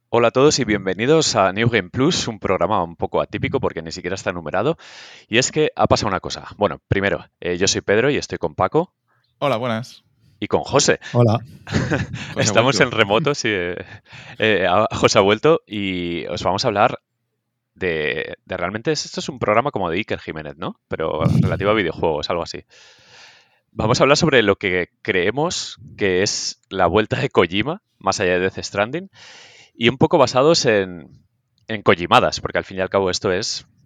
Hola a todos y bienvenidos a New Game Plus, un programa un poco atípico porque ni siquiera está numerado. Y es que ha pasado una cosa. Bueno, primero, yo soy Pedro y estoy con Paco Hola, buenas. y con José. Hola. José ha Estamos en vuelto. remoto, sí. José ha vuelto y os vamos a hablar de realmente, esto es un programa como de Iker Jiménez, ¿no? Pero relativo a videojuegos, algo así. Vamos a hablar sobre lo que creemos que es la vuelta de Kojima, más allá de Death Stranding, y un poco basados en Kojimadas, porque al fin y al cabo esto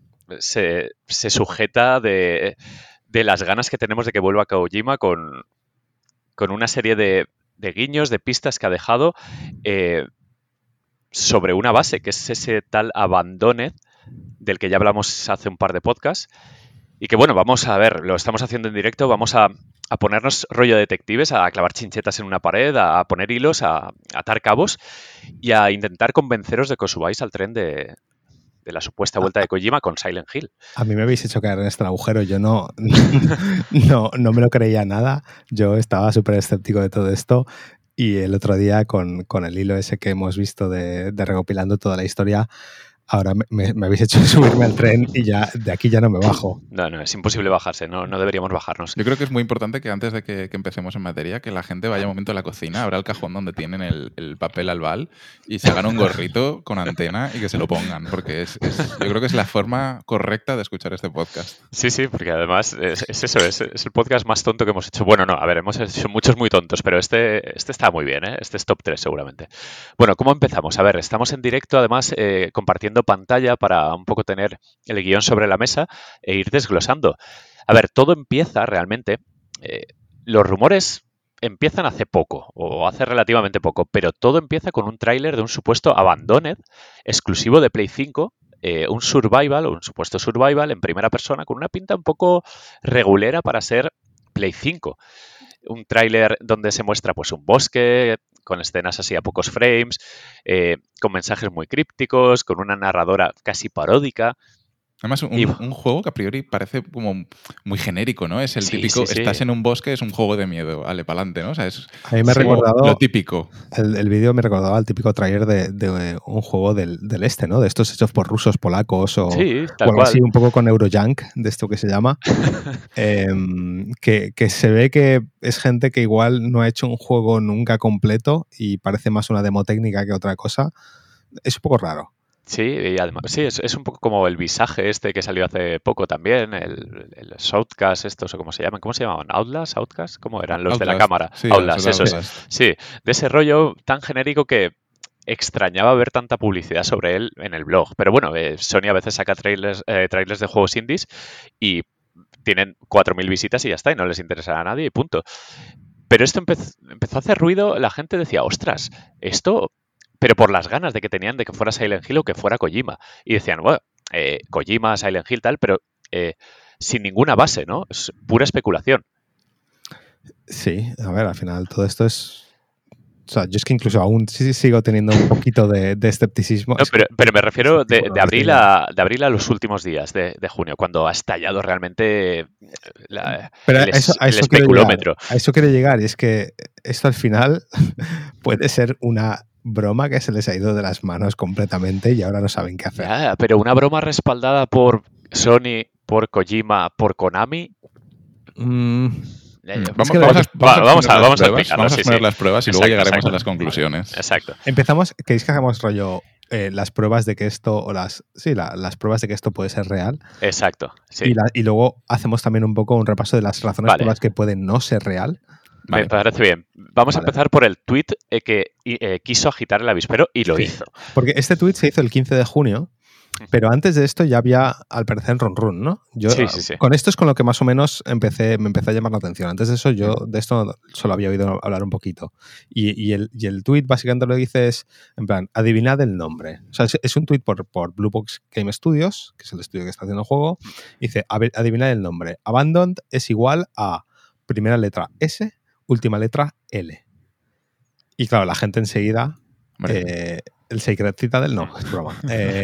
se sujeta de las ganas que tenemos de que vuelva Kojima con una serie de guiños, de pistas que ha dejado eh, sobre una base, que es ese tal Abandoned, del que ya hablamos hace un par de podcasts, y que bueno, vamos a ver, lo estamos haciendo en directo, vamos a ponernos rollo detectives, a clavar chinchetas en una pared, a poner hilos, a atar cabos y a intentar convenceros de que os subáis al tren de la supuesta vuelta de Kojima con Silent Hill. A mí me habéis hecho caer en este agujero. Yo no me lo creía nada. Yo estaba súper escéptico de todo esto. Y el otro día, con el hilo ese que hemos visto de recopilando toda la historia, ahora me habéis hecho subirme al tren y ya de aquí ya no me bajo. No, es imposible bajarse, no deberíamos bajarnos. Yo creo que es muy importante que antes de que empecemos en materia, que la gente vaya un momento a la cocina, abra el cajón donde tienen el papel albal y se hagan un gorrito con antena y que se lo pongan, porque yo creo que es la forma correcta de escuchar este podcast. Sí, porque además es el podcast más tonto que hemos hecho. Bueno, no, a ver, hemos hecho muchos muy tontos, pero este está muy bien, ¿eh? Este es top 3 seguramente. Bueno, ¿cómo empezamos? A ver, estamos en directo, además, compartiendo pantalla para un poco tener el guión sobre la mesa e ir desglosando. A ver, todo empieza realmente, los rumores empiezan hace poco, o hace relativamente poco, pero todo empieza con un tráiler de un supuesto Abandoned exclusivo de Play 5, un survival, o un supuesto survival en primera persona, con una pinta un poco regulera para ser Play 5. Un tráiler donde se muestra pues un bosque, con escenas así a pocos frames, con mensajes muy crípticos, con una narradora casi paródica. Además, un juego que a priori parece como muy genérico, ¿no? Es el típico, Sí. estás en un bosque, es un juego de miedo, vale, pa'lante, ¿no? O sea, es A mí me ha como recordado, lo típico. el vídeo me recordaba el típico trailer de un juego del este, ¿no? De estos hechos por rusos, polacos o Tal algo así, cual. un poco con Eurojunk, de esto que se llama. Que se ve que es gente que igual no ha hecho un juego nunca completo y parece más una demo técnica que otra cosa. Es un poco raro. Sí, y además, sí, es un poco como el visaje este que salió hace poco también, el Shoutcast, estos o cómo se llaman, ¿cómo se llamaban? ¿Outlast? ¿Outcast? ¿Cómo eran los de la Outlast, cámara? sí, Outlast, eso es. Outlast. Sí, de ese rollo tan genérico que extrañaba ver tanta publicidad sobre él en el blog. Pero bueno, Sony a veces saca trailers de juegos indies y tienen 4.000 visitas y ya está, y no les interesa a nadie y punto. Pero esto empezó a hacer ruido, la gente decía, ostras, esto, pero por las ganas de que tenían de que fuera Silent Hill o que fuera Kojima. Y decían, bueno, Kojima, Silent Hill, tal, pero sin ninguna base, ¿no? Es pura especulación. Sí, a ver, al final todo esto es... O sea, yo es que incluso aún sí sigo teniendo un poquito de escepticismo. No, pero me refiero de de abril a los últimos días de junio, cuando ha estallado realmente Pero el a eso quiero llegar. especulómetro. A eso quiero llegar. Y es que esto al final puede ser una broma que se les ha ido de las manos completamente y ahora no saben qué hacer. Ya, pero una broma respaldada por Sony, por Kojima, por Konami. Vamos a explicarlo, exponer las pruebas y luego llegaremos a las conclusiones. Vale, exacto. Empezamos, ¿queréis que hagamos rollo las pruebas de que esto, o las pruebas de que esto puede ser real? Exacto, sí. Y luego hacemos también un poco un repaso de las razones por las que puede no ser real. Me parece bien. Vamos a empezar por el tuit que quiso agitar el avispero y lo hizo. Porque este tuit se hizo el 15 de junio, pero antes de esto ya había, al parecer, Run Run, ¿no? Yo, sí. Con esto es con lo que más o menos me empezó a llamar la atención. Antes de eso, yo de esto solo había oído hablar un poquito. Y el tuit básicamente lo que dice es, en plan, adivinad el nombre. O sea, es un tuit por Blue Box Game Studios, que es el estudio que está haciendo el juego. Dice, adivinad el nombre. Abandoned es igual a primera letra S, última letra L. Y claro, la gente enseguida... el Secret Citadel, no, es broma.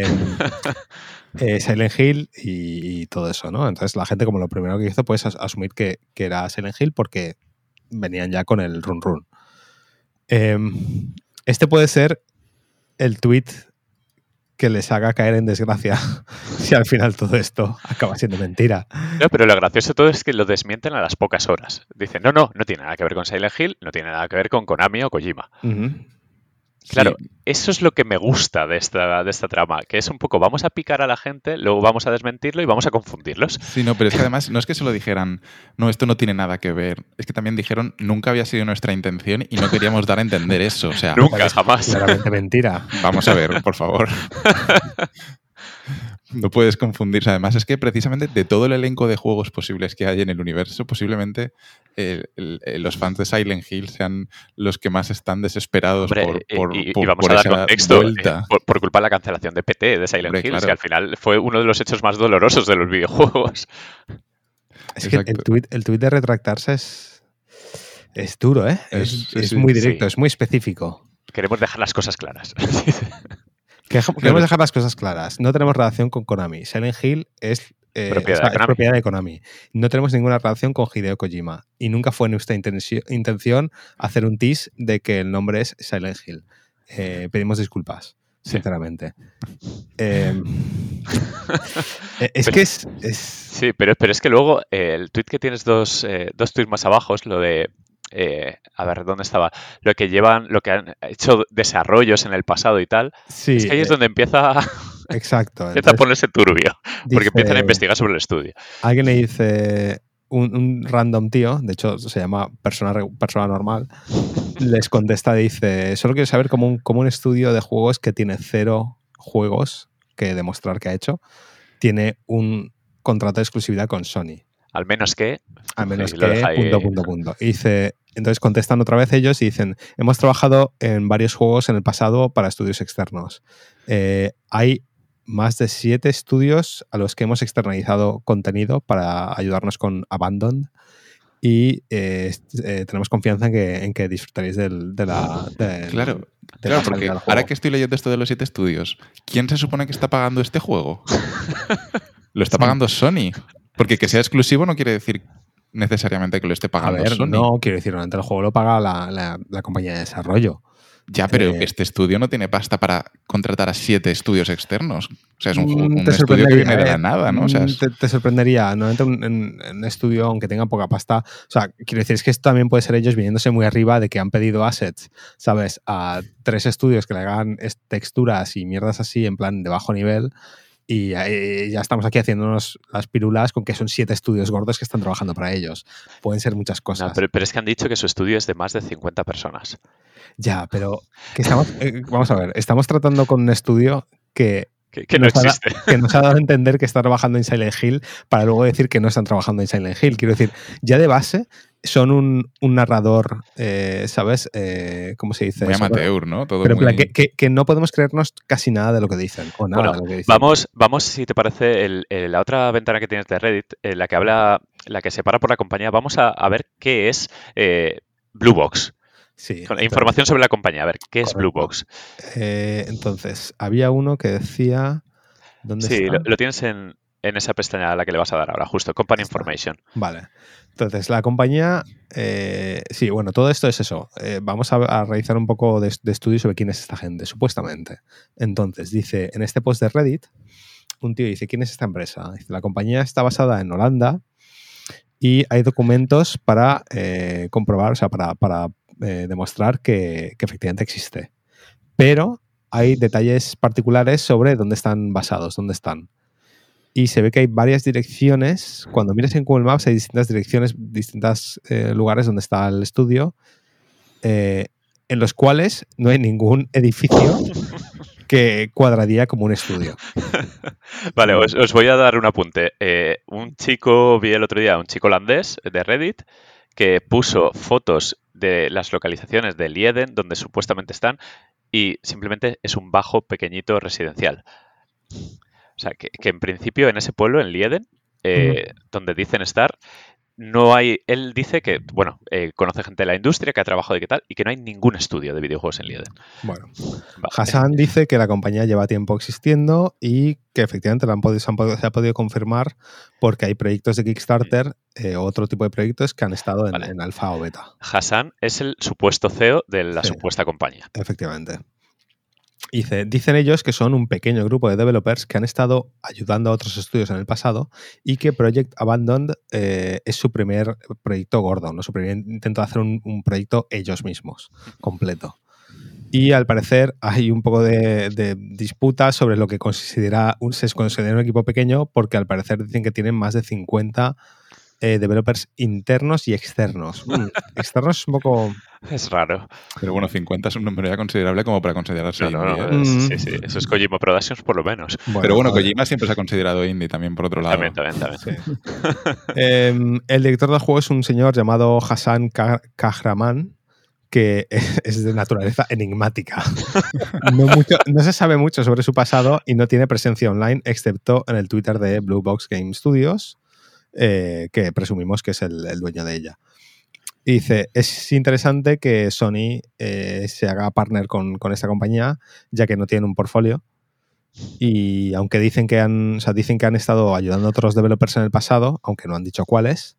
Silent Hill y todo eso, ¿no? Entonces la gente como lo primero que hizo pues asumir que era Silent Hill porque venían ya con el Run Run. Este puede ser el tweet que les haga caer en desgracia si al final todo esto acaba siendo mentira. No, pero lo gracioso de todo es que lo desmienten a las pocas horas. Dicen, no tiene nada que ver con Silent Hill, no tiene nada que ver con Konami o Kojima. Claro, Sí. eso es lo que me gusta de esta trama, que es un poco, vamos a picar a la gente, luego vamos a desmentirlo y vamos a confundirlos. Sí, no, pero es que además no es que solo dijeran, no, esto no tiene nada que ver. Es que también dijeron, nunca había sido nuestra intención y no queríamos dar a entender eso. O sea, Nunca, jamás. Claramente mentira. vamos a ver, por favor. No puedes confundirse. Además, es que precisamente de todo el elenco de juegos posibles que hay en el universo, posiblemente los fans de Silent Hill sean los que más están desesperados. Hombre, por y vamos por a dar esa contexto, vuelta. por culpa de la cancelación de PT de Silent Hombre, Hill, claro. que al final fue uno de los hechos más dolorosos de los videojuegos. Es que Exacto. el tuit de retractarse es duro, ¿eh? Sí, Es sí. muy directo, Sí. es muy específico. Queremos dejar las cosas claras. Queremos dejar las cosas claras. No tenemos relación con Konami. Silent Hill es propiedad de Konami. No tenemos ninguna relación con Hideo Kojima. Y nunca fue nuestra intención hacer un tease de que el nombre es Silent Hill. Pedimos disculpas, sinceramente. Es que es... Sí, pero es que luego el tweet que tienes dos tweets más abajo es lo de... a ver, ¿dónde estaba? Lo que han hecho desarrollos en el pasado y tal. Sí, es que ahí es donde empieza exacto. a ponerse turbio. Porque Dice, empiezan a investigar sobre el estudio. alguien le dice, un random tío, de hecho se llama persona normal, les contesta, dice, solo quiero saber cómo un estudio de juegos que tiene 0 juegos que demostrar que ha hecho, tiene un contrato de exclusividad con Sony. Al menos que... Punto. Y dice, entonces contestan otra vez ellos y dicen, hemos trabajado en varios juegos en el pasado para estudios externos. Hay más de 7 estudios a los que hemos externalizado contenido para ayudarnos con Abandoned y tenemos confianza en que disfrutaréis Claro, porque ahora que estoy leyendo esto de los 7 estudios, ¿quién se supone que está pagando este juego? Lo está pagando Sony. Porque que sea exclusivo no quiere decir necesariamente que lo esté pagando Sony. No, quiero decir, el juego lo paga la compañía de desarrollo. Ya, pero este estudio no tiene pasta para contratar a 7 estudios externos. O sea, es un te estudio que viene de la nada, ¿no? O sea, te sorprendería. Normalmente un estudio, aunque tenga poca pasta, o sea, quiero decir, es que esto también puede ser ellos viniéndose muy arriba de que han pedido assets, ¿sabes? A 3 estudios que le hagan texturas y mierdas así en plan de bajo nivel. Y ya estamos aquí haciéndonos las pirulas con que son 7 estudios gordos que están trabajando para ellos. Pueden ser muchas cosas. No, pero es que han dicho que su estudio es de más de 50 personas. Ya, pero que estamos, vamos a ver, estamos tratando con un estudio que no existe. Que nos ha dado a entender que está trabajando en Silent Hill para luego decir que no están trabajando en Silent Hill. Quiero decir, ya de base son un narrador, ¿sabes? ¿Cómo se dice? Muy eso? amateur, ¿no? Todo pero en muy... plan, que no podemos creernos casi nada de lo que dicen. O nada de lo que dicen. Vamos, si te parece, la otra ventana que tienes de Reddit, la que habla, la que separa por la compañía, vamos a ver qué es Blue Box. Sí, con la información sobre la compañía. A ver, ¿qué es Blue Box? Entonces, había uno que decía... ¿Dónde está? Lo tienes en esa pestaña a la que le vas a dar ahora, justo, Company Information. Vale. Entonces, la compañía... sí, bueno, todo esto es eso. Vamos a realizar un poco de estudio sobre quién es esta gente, supuestamente. Entonces, dice, en este post de Reddit, un tío dice, ¿quién es esta empresa? Dice, la compañía está basada en Holanda y hay documentos para comprobar, o sea, para demostrar que efectivamente existe. Pero hay detalles particulares sobre dónde están basados, dónde están. Y se ve que hay varias direcciones. Cuando miras en Google Maps hay distintas direcciones, distintos lugares donde está el estudio, en los cuales no hay ningún edificio que cuadraría como un estudio. Vale, os voy a dar un apunte. Vi el otro día un chico holandés de Reddit que puso fotos de las localizaciones de Lieden, donde supuestamente están, y simplemente es un bajo pequeñito residencial. O sea, que en principio en ese pueblo, en Lieden, donde dicen estar, no hay... Él dice que, bueno, conoce gente de la industria que ha trabajado y qué tal, y que no hay ningún estudio de videojuegos en Lieden. Bueno, Hassan dice que la compañía lleva tiempo existiendo y que efectivamente se ha podido confirmar porque hay proyectos de Kickstarter o otro tipo de proyectos que han estado en alfa o beta. Hassan es el supuesto CEO de la supuesta compañía. Efectivamente. Dicen ellos que son un pequeño grupo de developers que han estado ayudando a otros estudios en el pasado y que Project Abandoned es su primer proyecto gordo, ¿no? Su primer intento de hacer un proyecto ellos mismos, completo. Y al parecer hay un poco de disputa sobre lo que se considera un equipo pequeño, porque al parecer dicen que tienen más de 50 developers internos y externos. Externos es un poco... Es raro. Pero bueno, 50 es un número ya considerable como para considerarse No, indie. no, sí. Eso es Kojima Productions por lo menos. Pero bueno, Kojima siempre se ha considerado indie también, por otro lado. También. Sí. El director del juego es un señor llamado Hassan Kahraman, que es de naturaleza enigmática. No se sabe mucho sobre su pasado y no tiene presencia online, excepto en el Twitter de Blue Box Game Studios, que presumimos que es el dueño de ella. Y dice, es interesante que Sony se haga partner con esta compañía, ya que no tienen un portfolio. Y aunque dicen que han estado ayudando a otros developers en el pasado, aunque no han dicho cuáles,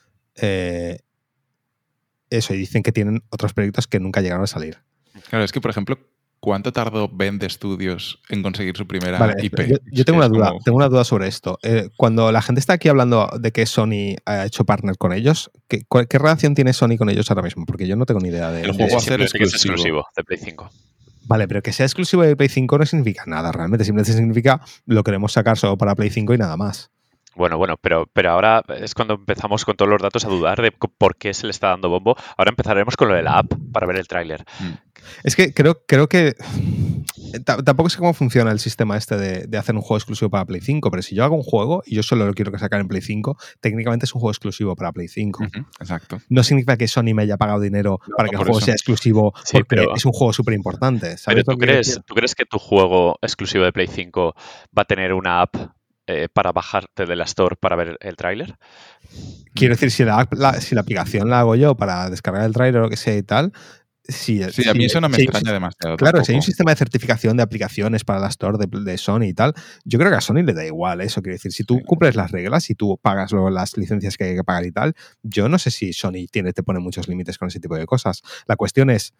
eso, y dicen que tienen otros proyectos que nunca llegaron a salir. Claro, es que, por ejemplo, ¿cuánto tardó Bend Studios en conseguir su primera IP? Yo tengo una duda sobre esto. Cuando la gente está aquí hablando de que Sony ha hecho partner con ellos, ¿qué relación tiene Sony con ellos ahora mismo? Porque yo no tengo ni idea de... El juego va a ser exclusivo de Play 5. Vale, pero que sea exclusivo de Play 5 no significa nada realmente. Simplemente significa lo queremos sacar solo para Play 5 y nada más. Bueno, pero ahora es cuando empezamos con todos los datos a dudar de por qué se le está dando bombo. Ahora empezaremos con lo de la app para ver el tráiler. Es que creo que tampoco sé cómo funciona el sistema este de hacer un juego exclusivo para Play 5, pero si yo hago un juego y yo solo lo quiero sacar en Play 5, técnicamente es un juego exclusivo para Play 5. Exacto. No significa que Sony me haya pagado dinero para que el juego sea exclusivo, porque es un juego súper importante. Pero ¿tú crees que tu juego exclusivo de Play 5 va a tener una app para bajarte de la Store para ver el tráiler? Quiero decir, si la aplicación la hago yo para descargar el tráiler o lo que sea y tal, a mí eso no me extraña demasiado. Claro, tampoco. Si hay un sistema de certificación de aplicaciones para la Store de Sony y tal, yo creo que a Sony le da igual eso. Quiero decir, si tú cumples las reglas y tú pagas luego las licencias que hay que pagar y tal, yo no sé si Sony te pone muchos límites con ese tipo de cosas. La cuestión es,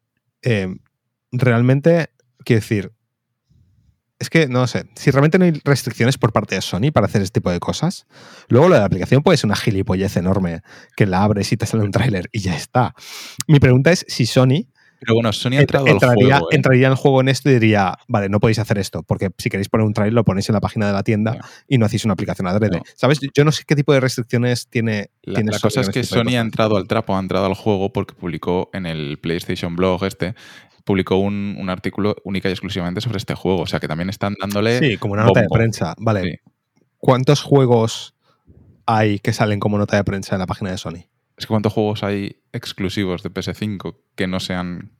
realmente, quiero decir, es que no sé, si realmente no hay restricciones por parte de Sony para hacer este tipo de cosas, luego lo de la aplicación puede ser una gilipollez enorme que la abres y te sale un tráiler y ya está. Mi pregunta es si Sony... Pero bueno, Sony ha entrado al juego. Entraría en el juego en esto y diría, vale, no podéis hacer esto, porque si queréis poner un tráiler lo ponéis en la página de la tienda y no hacéis una aplicación adrede. ¿Sabes? Yo no sé qué tipo de restricciones tiene La cosa es que Sony ha entrado al trapo, ha entrado al juego porque publicó en el PlayStation Blog publicó un artículo única y exclusivamente sobre este juego. O sea, que también están dándole... Sí, como una nota de prensa. Vale. Sí. ¿Cuántos juegos hay que salen como nota de prensa en la página de Sony? Es que ¿cuántos juegos hay exclusivos de PS5 que no sean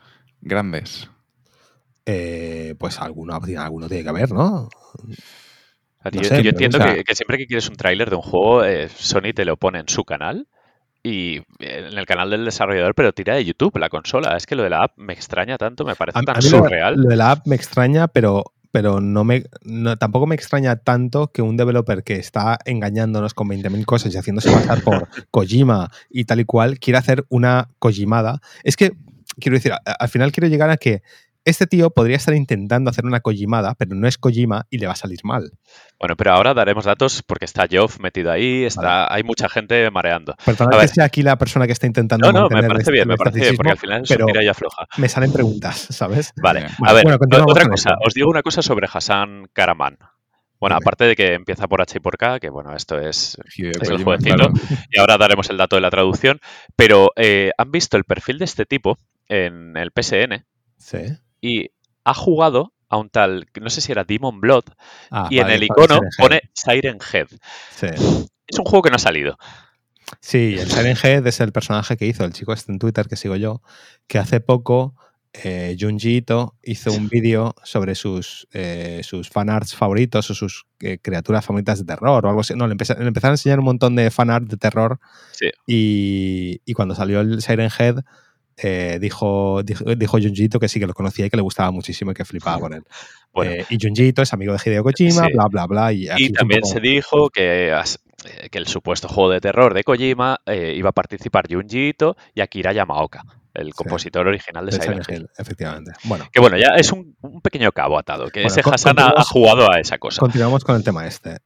grandes? Pues alguno tiene que haber, ¿no? Yo entiendo que siempre que quieres un tráiler de un juego, Sony te lo pone en su canal y en el canal del desarrollador, pero tira de YouTube, la consola. Es que lo de la app me extraña tanto, me parece tan surreal. Lo de la app me extraña, pero tampoco me extraña tanto que un developer que está engañándonos con 20.000 cosas y haciéndose pasar por Kojima y tal y cual, quiera hacer una Kojimada. Es que, quiero decir, al final quiero llegar a que este tío podría estar intentando hacer una Kojimada, pero no es Kojima y le va a salir mal. Bueno, pero ahora daremos datos porque está Geoff metido ahí, hay mucha gente mareando. Perdona que sea aquí la persona que está intentando me parece bien, porque al final eso tira y afloja. Me salen preguntas, ¿sabes? Vale, a ver, otra cosa. Os digo una cosa sobre Hassan Kahraman. Bueno, aparte de que empieza por H y por K, que bueno, esto es el jueguecito, y ahora daremos el dato de la traducción, pero ¿han visto el perfil de este tipo en el PSN? Sí. Y ha jugado a un tal, no sé si era Demon Blood, y en el icono pone Siren Head. Sí. Es un juego que no ha salido. Sí, el Siren Head es el personaje que hizo el chico este en Twitter, que sigo yo, que hace poco Junji Ito hizo un vídeo sobre sus fanarts favoritos o sus criaturas favoritas de terror o algo así. No, le empezaron a enseñar un montón de fanart de terror y cuando salió el Siren Head dijo Junji Ito que sí que lo conocía y que le gustaba muchísimo y que flipaba con él. Bueno, y Junji Ito es amigo de Hideo Kojima, bla, bla, bla. Y también se dijo que el supuesto juego de terror de Kojima iba a participar Junji Ito y Akira Yamaoka. el compositor original de Silent Hill. Efectivamente. Bueno. Que bueno, ya es un pequeño cabo atado, que Bueno, ese Hassan ha jugado a esa cosa. Continuamos con el tema este.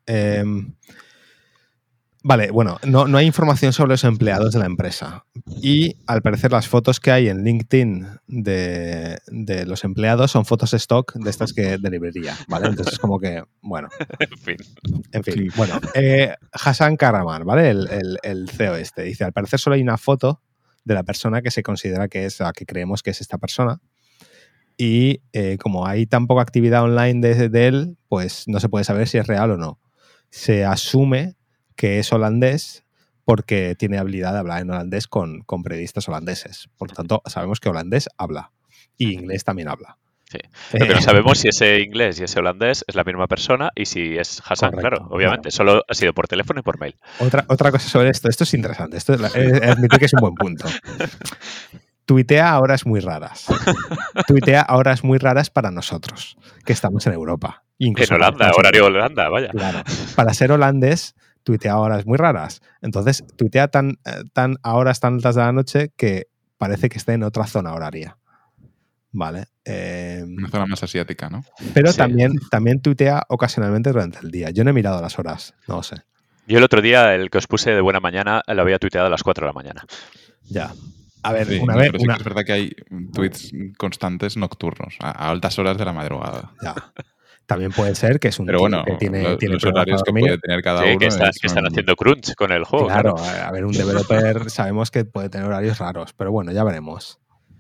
Vale, bueno, no hay información sobre los empleados de la empresa. Y al parecer las fotos que hay en LinkedIn de los empleados son fotos stock de estas que de librería, ¿vale? Entonces es como que, bueno. En fin. Bueno, Hassan Kahraman, ¿vale? El CEO este. Dice, al parecer solo hay una foto de la persona que se considera que es la que creemos que es esta persona. Y como hay tan poca actividad online de él, pues no se puede saber si es real o no. Se asume que es holandés porque tiene habilidad de hablar en holandés con periodistas holandeses. Por lo tanto, sabemos que holandés habla y inglés también habla. Sí. Lo que no sabemos si ese inglés y ese holandés es la misma persona y si es Hassan, correcto, claro, obviamente. Claro. Solo ha sido por teléfono y por mail. Otra cosa sobre esto es interesante. Esto admito que es un buen punto. Tuitea a horas muy raras. Tuitea a horas muy raras para nosotros, que estamos en Europa. Incluso en Holanda, horario Holanda, vaya. Claro. Para ser holandés, tuitea a horas muy raras. Entonces, tuitea tan a horas tan altas de la noche que parece que esté en otra zona horaria. Vale. Una zona más asiática, ¿no? Pero sí. también tuitea ocasionalmente durante el día. Yo no he mirado las horas, no lo sé. Yo el otro día, el que os puse de buena mañana, lo había tuiteado a las 4 de la mañana. Ya. A ver, sí, una vez. Pero sí que es verdad que hay tweets constantes nocturnos, a altas horas de la madrugada. Ya. También puede ser que es un pero bueno, que tiene los horarios que puede tener cada uno. Que están haciendo crunch con el juego. Claro, a ver, un developer sabemos que puede tener horarios raros, pero bueno, ya veremos.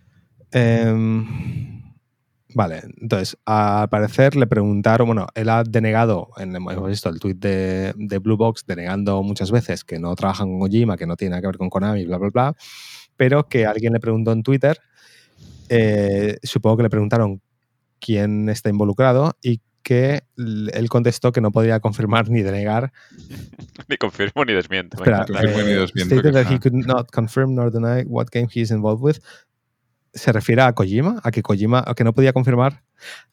Vale, entonces, al parecer le preguntaron, bueno, él ha denegado, hemos visto el tuit de Blue Box denegando muchas veces que no trabajan con Kojima, que no tiene nada que ver con Konami, bla, bla, bla, pero que alguien le preguntó en Twitter, supongo que le preguntaron quién está involucrado y que él contestó que no podía confirmar ni denegar. Ni confirmo ni desmiento. Espera, stated that he could not confirm nor deny what game he is involved with. ¿Se refiere a Kojima? ¿A que no podía confirmar?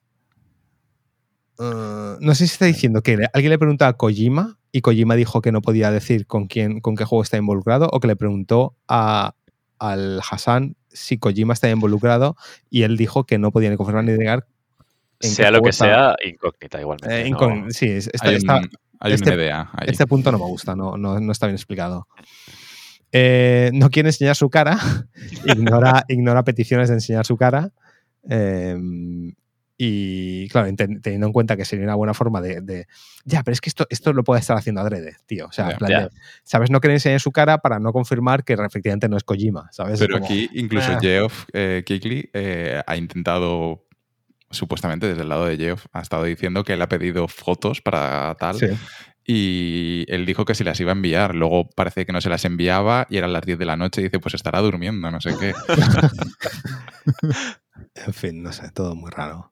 No sé si está diciendo que alguien le preguntó a Kojima y Kojima dijo que no podía decir con qué juego está involucrado, o que le preguntó al Hassan si Kojima está involucrado y él dijo que no podía ni confirmar ni negar. Sea lo que sea, incógnita igualmente. ¿no? Sí, hay una idea ahí. Este punto no me gusta, no está bien explicado. No quiere enseñar su cara, ignora peticiones de enseñar su cara, y claro, teniendo en cuenta que sería una buena forma ya, pero es que esto lo puede estar haciendo adrede, tío. O sea, en plan ¿sabes? No quiere enseñar su cara para no confirmar que efectivamente no es Kojima, ¿sabes? Pero aquí incluso Geoff Keighley ha intentado, supuestamente desde el lado de Geoff, ha estado diciendo que él ha pedido fotos para tal. Sí. Y él dijo que se las iba a enviar. Luego parece que no se las enviaba y eran las 10 de la noche y dice, pues estará durmiendo, no sé qué. En fin, no sé, todo muy raro.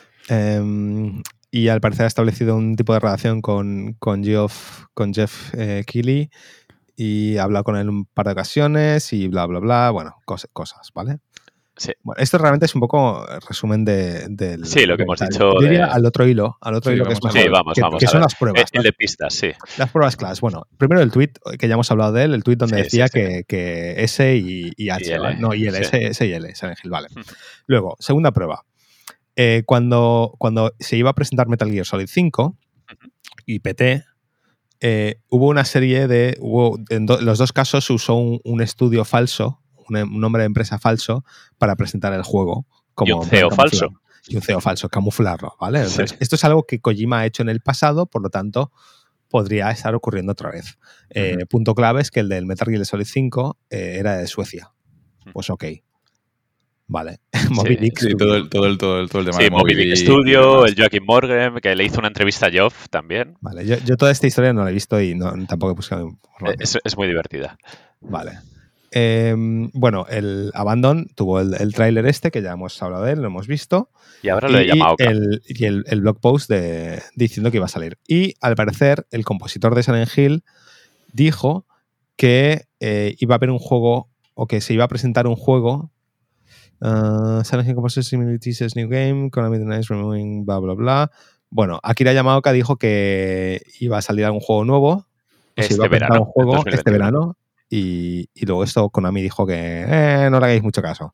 Y al parecer ha establecido un tipo de relación con Geoff Keighley y ha hablado con él un par de ocasiones y bla, bla, bla. Bueno, cosas, ¿vale? Sí. Bueno, esto realmente es un poco resumen del... Sí, lo que hemos dicho. Yo diría al otro hilo que es mejor. Sí, vamos que son las pruebas. El de pistas, sí. Las pruebas claras. Bueno, primero el tweet, que ya hemos hablado de él, el tweet donde decía que S y H, ¿vale? No, y L, S y L, Silent Hill, vale. Luego, segunda prueba. Cuando se iba a presentar Metal Gear Solid 5 y PT, hubo una serie en los dos casos se usó un estudio falso, un nombre de empresa falso para presentar el juego. Y un CEO falso. Y un CEO falso, camuflarlo, ¿vale? Entonces, esto es algo que Kojima ha hecho en el pasado, por lo tanto, podría estar ocurriendo otra vez. Punto clave es que el del Metal Gear Solid 5 era de Suecia. Pues ok. Vale. Moby Dick sí, todo el tema de Moby Dick Studio, el Joaquin Morgan, que le hizo una entrevista a Geoff también. Vale, yo toda esta historia no la he visto y tampoco he buscado información. Es muy divertida. Vale. Bueno, el Abandon tuvo el tráiler que ya hemos hablado de él, lo hemos visto. Y ahora lo he llamado. Y el blog post diciendo que iba a salir. Y al parecer, el compositor de Silent Hill dijo que iba a haber un juego, o que se iba a presentar un juego. Silent Hill Composer Similarities New Game, Konami Denies Removing, bla, bla, bla. Bueno, Akira Yamaoka dijo que iba a salir algún juego nuevo. Este verano. Este verano. y luego esto Konami dijo que no le hagáis mucho caso.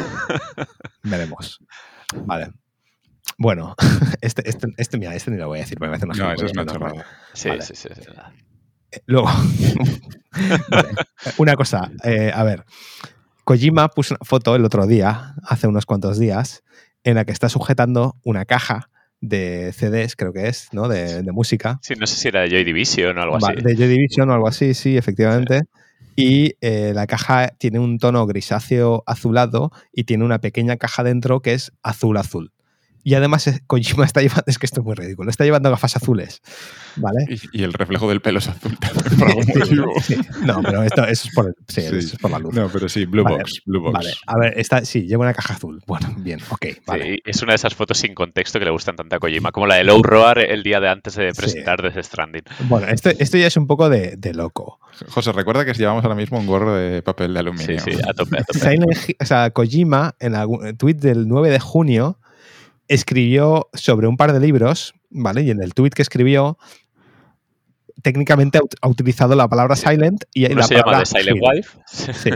Veremos. Vale. Bueno, mira, ni lo voy a decir, porque me hace una No, eso es una chorrada. Sí, vale. sí. Luego, vale, una cosa, a ver, Kojima puso una foto el otro día, hace unos cuantos días, en la que está sujetando una caja de CDs, creo que es, ¿no? De música. Sí, no sé si era de Joy Division o algo así. De Joy Division o algo así, sí, efectivamente. Sí. Y la caja tiene un tono grisáceo azulado y tiene una pequeña caja dentro que es azul. Y además Kojima está llevando, es que esto es muy ridículo, está llevando gafas azules, ¿vale? Y el reflejo del pelo es azul también, por algún motivo. Sí. No, pero eso es por, eso es por la luz. No, pero sí, Blue Box. Vale, a ver, sí, lleva una caja azul. Bueno, bien, ok, vale. Sí, es una de esas fotos sin contexto que le gustan tanto a Kojima, como la de Low Roar el día de antes de presentar Death Stranding. Bueno, esto ya es un poco de loco. José, recuerda que llevamos ahora mismo un gorro de papel de aluminio. Sí, a tope. O sea, Kojima, en algún tweet del 9 de junio, escribió sobre un par de libros, ¿vale? Y en el tweet que escribió, técnicamente ha utilizado la palabra silent y ¿No la se palabra llama The Silent Wife? Sí.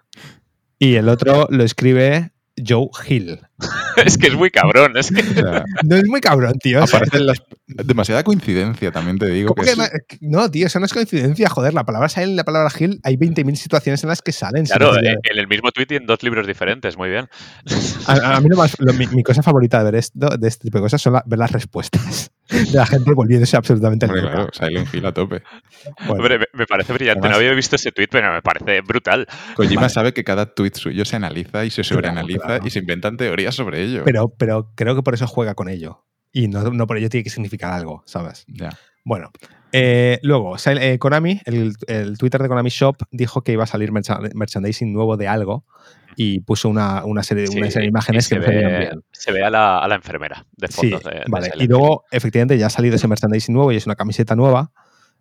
Y el otro lo escribe Joe Hill. Es que es muy cabrón. Es que... O sea, no es muy cabrón, tío. Aparecen demasiada coincidencia, también te digo. Que no, tío, eso no es coincidencia. Joder, la palabra silent y la palabra Hill, hay 20.000 situaciones en las que salen. Claro, en el mismo tweet y en 2 libros diferentes. Muy bien. A mí mi cosa favorita de ver de este tipo de cosas son ver las respuestas de la gente volviéndose absolutamente loca. Claro, Silent Hill a tope. Bueno, hombre, me parece brillante. Además, no había visto ese tweet, pero me parece brutal. Kojima sabe que cada tweet suyo se analiza y se sobreanaliza y se inventan teorías sobre ello. Pero creo que por eso juega con ello. Y no por ello tiene que significar algo, ¿sabes? Ya. Bueno, luego, Konami, el Twitter de Konami Shop dijo que iba a salir merchandising nuevo de algo y puso una serie de imágenes que no se veían bien. Se ve a la enfermera de fondo. Sí, vale. Y luego, efectivamente, ya ha salido ese merchandising nuevo y es una camiseta nueva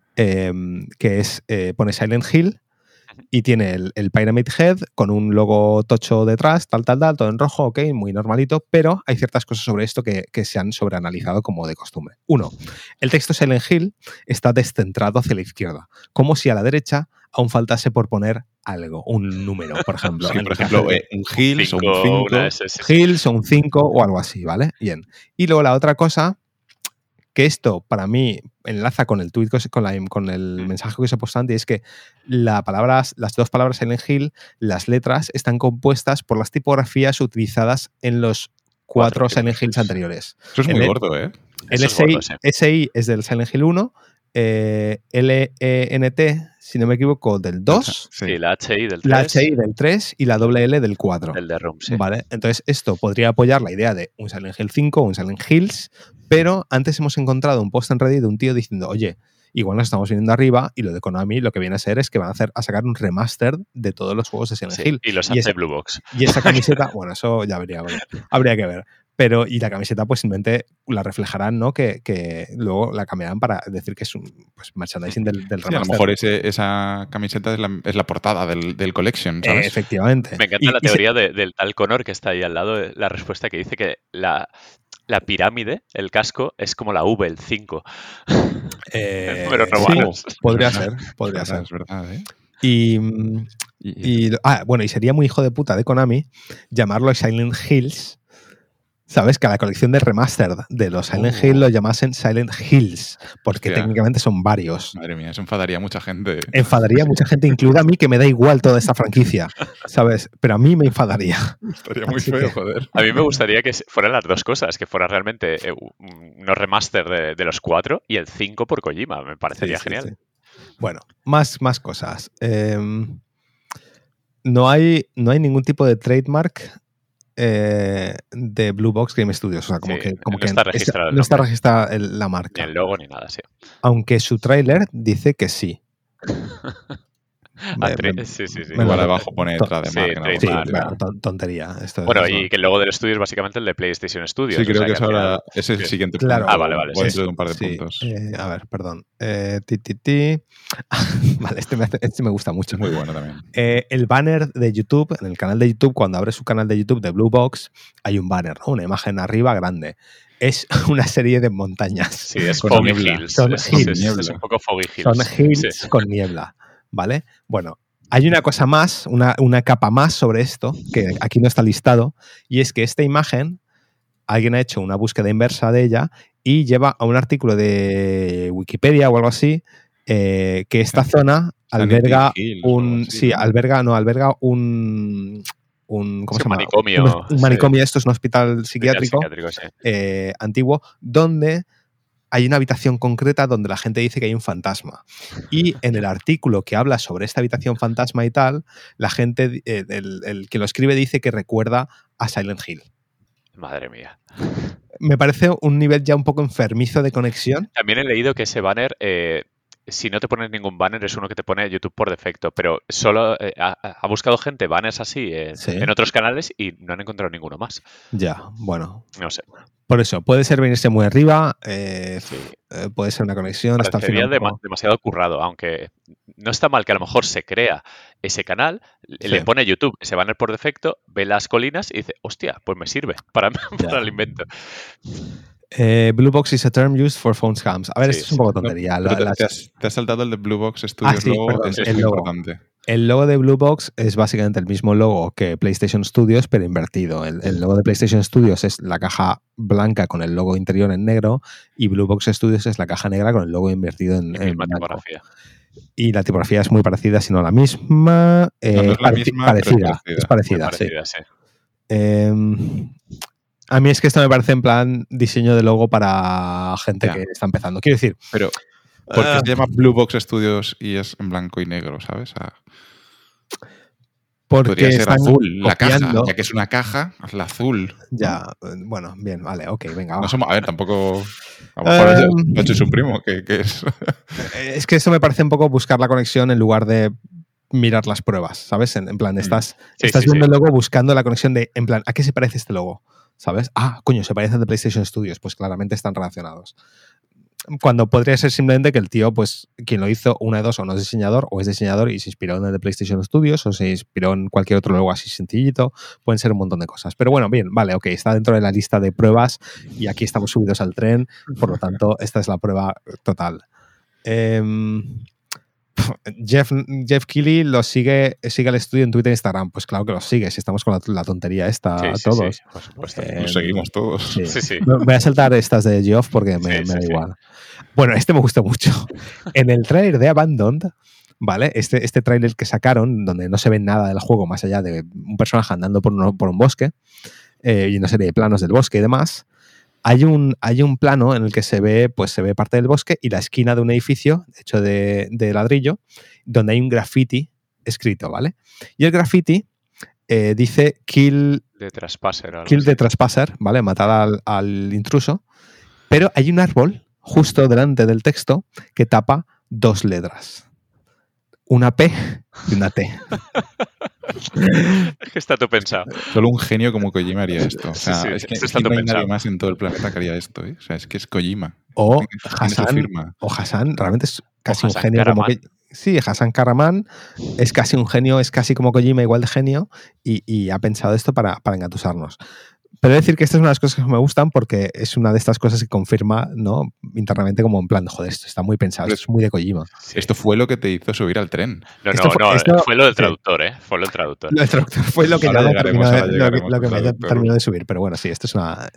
que es pone Silent Hill y tiene el Pyramid Head con un logo tocho detrás, tal, todo en rojo, ok, muy normalito, pero hay ciertas cosas sobre esto que se han sobreanalizado como de costumbre. 1. El texto Silent Hill está descentrado hacia la izquierda, como si a la derecha aún faltase por poner algo, un número, por ejemplo. Sí, por ejemplo, un Hills o un 5. Hills o un 5 o algo así, ¿vale? Bien. Y luego la otra cosa, que esto para mí enlaza con el tweet, con el mensaje que os he puesto antes, es que las 2 palabras Silent Hill, las letras están compuestas por las tipografías utilizadas en los 4 Silent Hills anteriores. Eso es muy gordo, ¿eh? El SI es del Silent Hill 1, LENT, si no me equivoco, del 2. Sí, la HI del 3. La HI del 3 y la LL del 4. El de Room, sí. Vale, entonces esto podría apoyar la idea de un Silent Hill 5 o un Silent Hills, pero antes hemos encontrado un post en Reddit de un tío diciendo, oye, igual nos estamos viniendo arriba y lo de Konami lo que viene a ser es que van a sacar un remaster de todos los juegos de Silent Hill. Y los hace Blue Box. Y esa camiseta, bueno, eso ya habría que ver. Pero, y la camiseta, pues simplemente la reflejarán, ¿no? Que luego la cambiarán para decir que es un merchandising del remaster. Sí, a lo mejor esa camiseta es la portada del collection, ¿sabes? Efectivamente. Me encanta la teoría del tal Connor que está ahí al lado, la respuesta que dice que la pirámide, el casco, es como la V, el 5. Pero romanos. Sí, podría ser. Es verdad, ¿eh? Bueno, y sería muy hijo de puta de Konami llamarlo Silent Hills. ¿Sabes? Que a la colección de remaster de los Silent Hill lo llamasen Silent Hills, porque técnicamente son varios. Madre mía, eso enfadaría a mucha gente. Enfadaría a mucha gente, incluida a mí, que me da igual toda esta franquicia, ¿sabes? Pero a mí me enfadaría. Estaría muy feo, joder. A mí me gustaría que fueran las dos cosas, que fuera realmente unos remaster de los 4 y el 5 por Kojima. Me parecería genial. Sí. Bueno, más cosas. No hay ningún tipo de trademark de Blue Box Game Studios, o sea, como que no está registrado no está registrada la marca. Ni el logo ni nada, sí. Aunque su tráiler dice que sí. Sí. Igual abajo pone trademark. Sí, tontería. Bueno, y que el logo del estudio es básicamente el de PlayStation Studios. Sí, creo que ahora es el siguiente punto. Claro. Vale. Dentro de un par de puntos. A ver, perdón. Vale, este me gusta mucho. Es muy bueno también. El banner de YouTube, en el canal de YouTube, cuando abres su canal de YouTube de Blue Box, hay un banner, ¿no? Una imagen arriba grande. Es una serie de montañas. Sí, es Foggy Hills. Son hills. Es un poco Foggy Hills. Son hills con niebla. ¿Vale? Bueno, Hay una cosa más, una capa más sobre esto, que aquí no está listado, y es que esta imagen, alguien ha hecho una búsqueda inversa de ella y lleva a un artículo de Wikipedia o algo así, que esta zona alberga alberga un ¿cómo se llama? Manicomio. Un manicomio, esto es un hospital psiquiátrico, Sí. antiguo, donde hay una habitación concreta donde la gente dice que hay un fantasma. Y en el artículo que habla sobre esta habitación fantasma y tal, la gente, el que lo escribe dice que recuerda a Silent Hill. Madre mía. Me parece un nivel ya un poco enfermizo de conexión. También he leído que ese banner, si no te pones ningún banner, es uno que te pone YouTube por defecto, pero solo ha buscado gente banners así en otros canales y no han encontrado ninguno más. Ya, bueno. No sé. Por eso, puede ser venirse muy arriba, puede ser una conexión. Parecería demasiado currado, aunque no está mal que a lo mejor se crea ese canal, le pone YouTube ese banner por defecto, ve las colinas y dice, hostia, pues me sirve para el invento. Blue Box is a term used for phone scams. A ver, esto es un poco tontería. Te has saltado el de Blue Box Studios logo, perdón, es muy importante. El logo de Blue Box es básicamente el mismo logo que PlayStation Studios, pero invertido. El logo de PlayStation Studios es la caja blanca con el logo interior en negro y Blue Box Studios es la caja negra con el logo invertido en blanco. Tipografía. Y la tipografía es muy parecida, si no la misma. No es la misma, parecida. Es parecida, sí. A mí es que esto me parece en plan diseño de logo para gente que está empezando. Quiero decir... Pero, ¿por qué se llama Blue Box Studios y es en blanco y negro, sabes? Porque podría ser azul la caja, copiando. ya que es una caja, hazla azul. Ya, bueno, bien, vale, ok, venga. No somos, a ver, tampoco... A lo mejor lo ha hecho su primo, que es... Es que eso me parece un poco buscar la conexión en lugar de mirar las pruebas, ¿sabes? En plan, estás viendo el logo buscando la conexión de, en plan, ¿a qué se parece este logo? ¿Sabes? Ah, coño, se parecen de PlayStation Studios, pues claramente están relacionados. Cuando podría ser simplemente que el tío, pues, quien lo hizo, una de dos, o no es diseñador, o es diseñador y se inspiró en el de PlayStation Studios, o se inspiró en cualquier otro logo así sencillito. Pueden ser un montón de cosas. Pero bueno, bien, vale, ok, está dentro de la lista de pruebas y aquí estamos subidos al tren, por lo tanto, esta es la prueba total. Jeff Keighley lo sigue el estudio en Twitter e Instagram. Pues claro que lo sigue, si estamos con la tontería esta todos. Sí, por supuesto. Lo seguimos todos. Sí. Voy a saltar estas de Geoff porque me da igual. Bueno, este me gustó mucho. En el tráiler de Abandoned, ¿vale? Este tráiler que sacaron, donde no se ve nada del juego más allá de un personaje andando por un bosque y una serie de planos del bosque y demás, hay un plano en el que se ve parte del bosque y la esquina de un edificio hecho de ladrillo, donde hay un graffiti escrito, ¿vale? Y el graffiti dice Kill the Trespasser, ¿vale? Matar al intruso. Pero hay un árbol justo delante del texto que tapa dos letras. Una P y una T. Es que está todo pensado. Solo un genio como Kojima haría esto. O sea, sí, es que no hay nadie más en todo el planeta que haría esto. O sea, es que es Kojima. O Hassan realmente es casi un genio como que... Sí, Hassan Karaman es casi un genio, es casi como Kojima, igual de genio, y ha pensado esto para engatusarnos. Pero decir que esta es una de las cosas que me gustan porque es una de estas cosas que confirma, ¿no? Internamente como en plan, joder, esto está muy pensado, esto es muy de Kojima. Sí. Esto fue lo que te hizo subir al tren. Esto fue lo del traductor, ¿eh? Fue lo del traductor. Lo del traductor fue lo que me terminó de subir, pero bueno, sí, esto es una...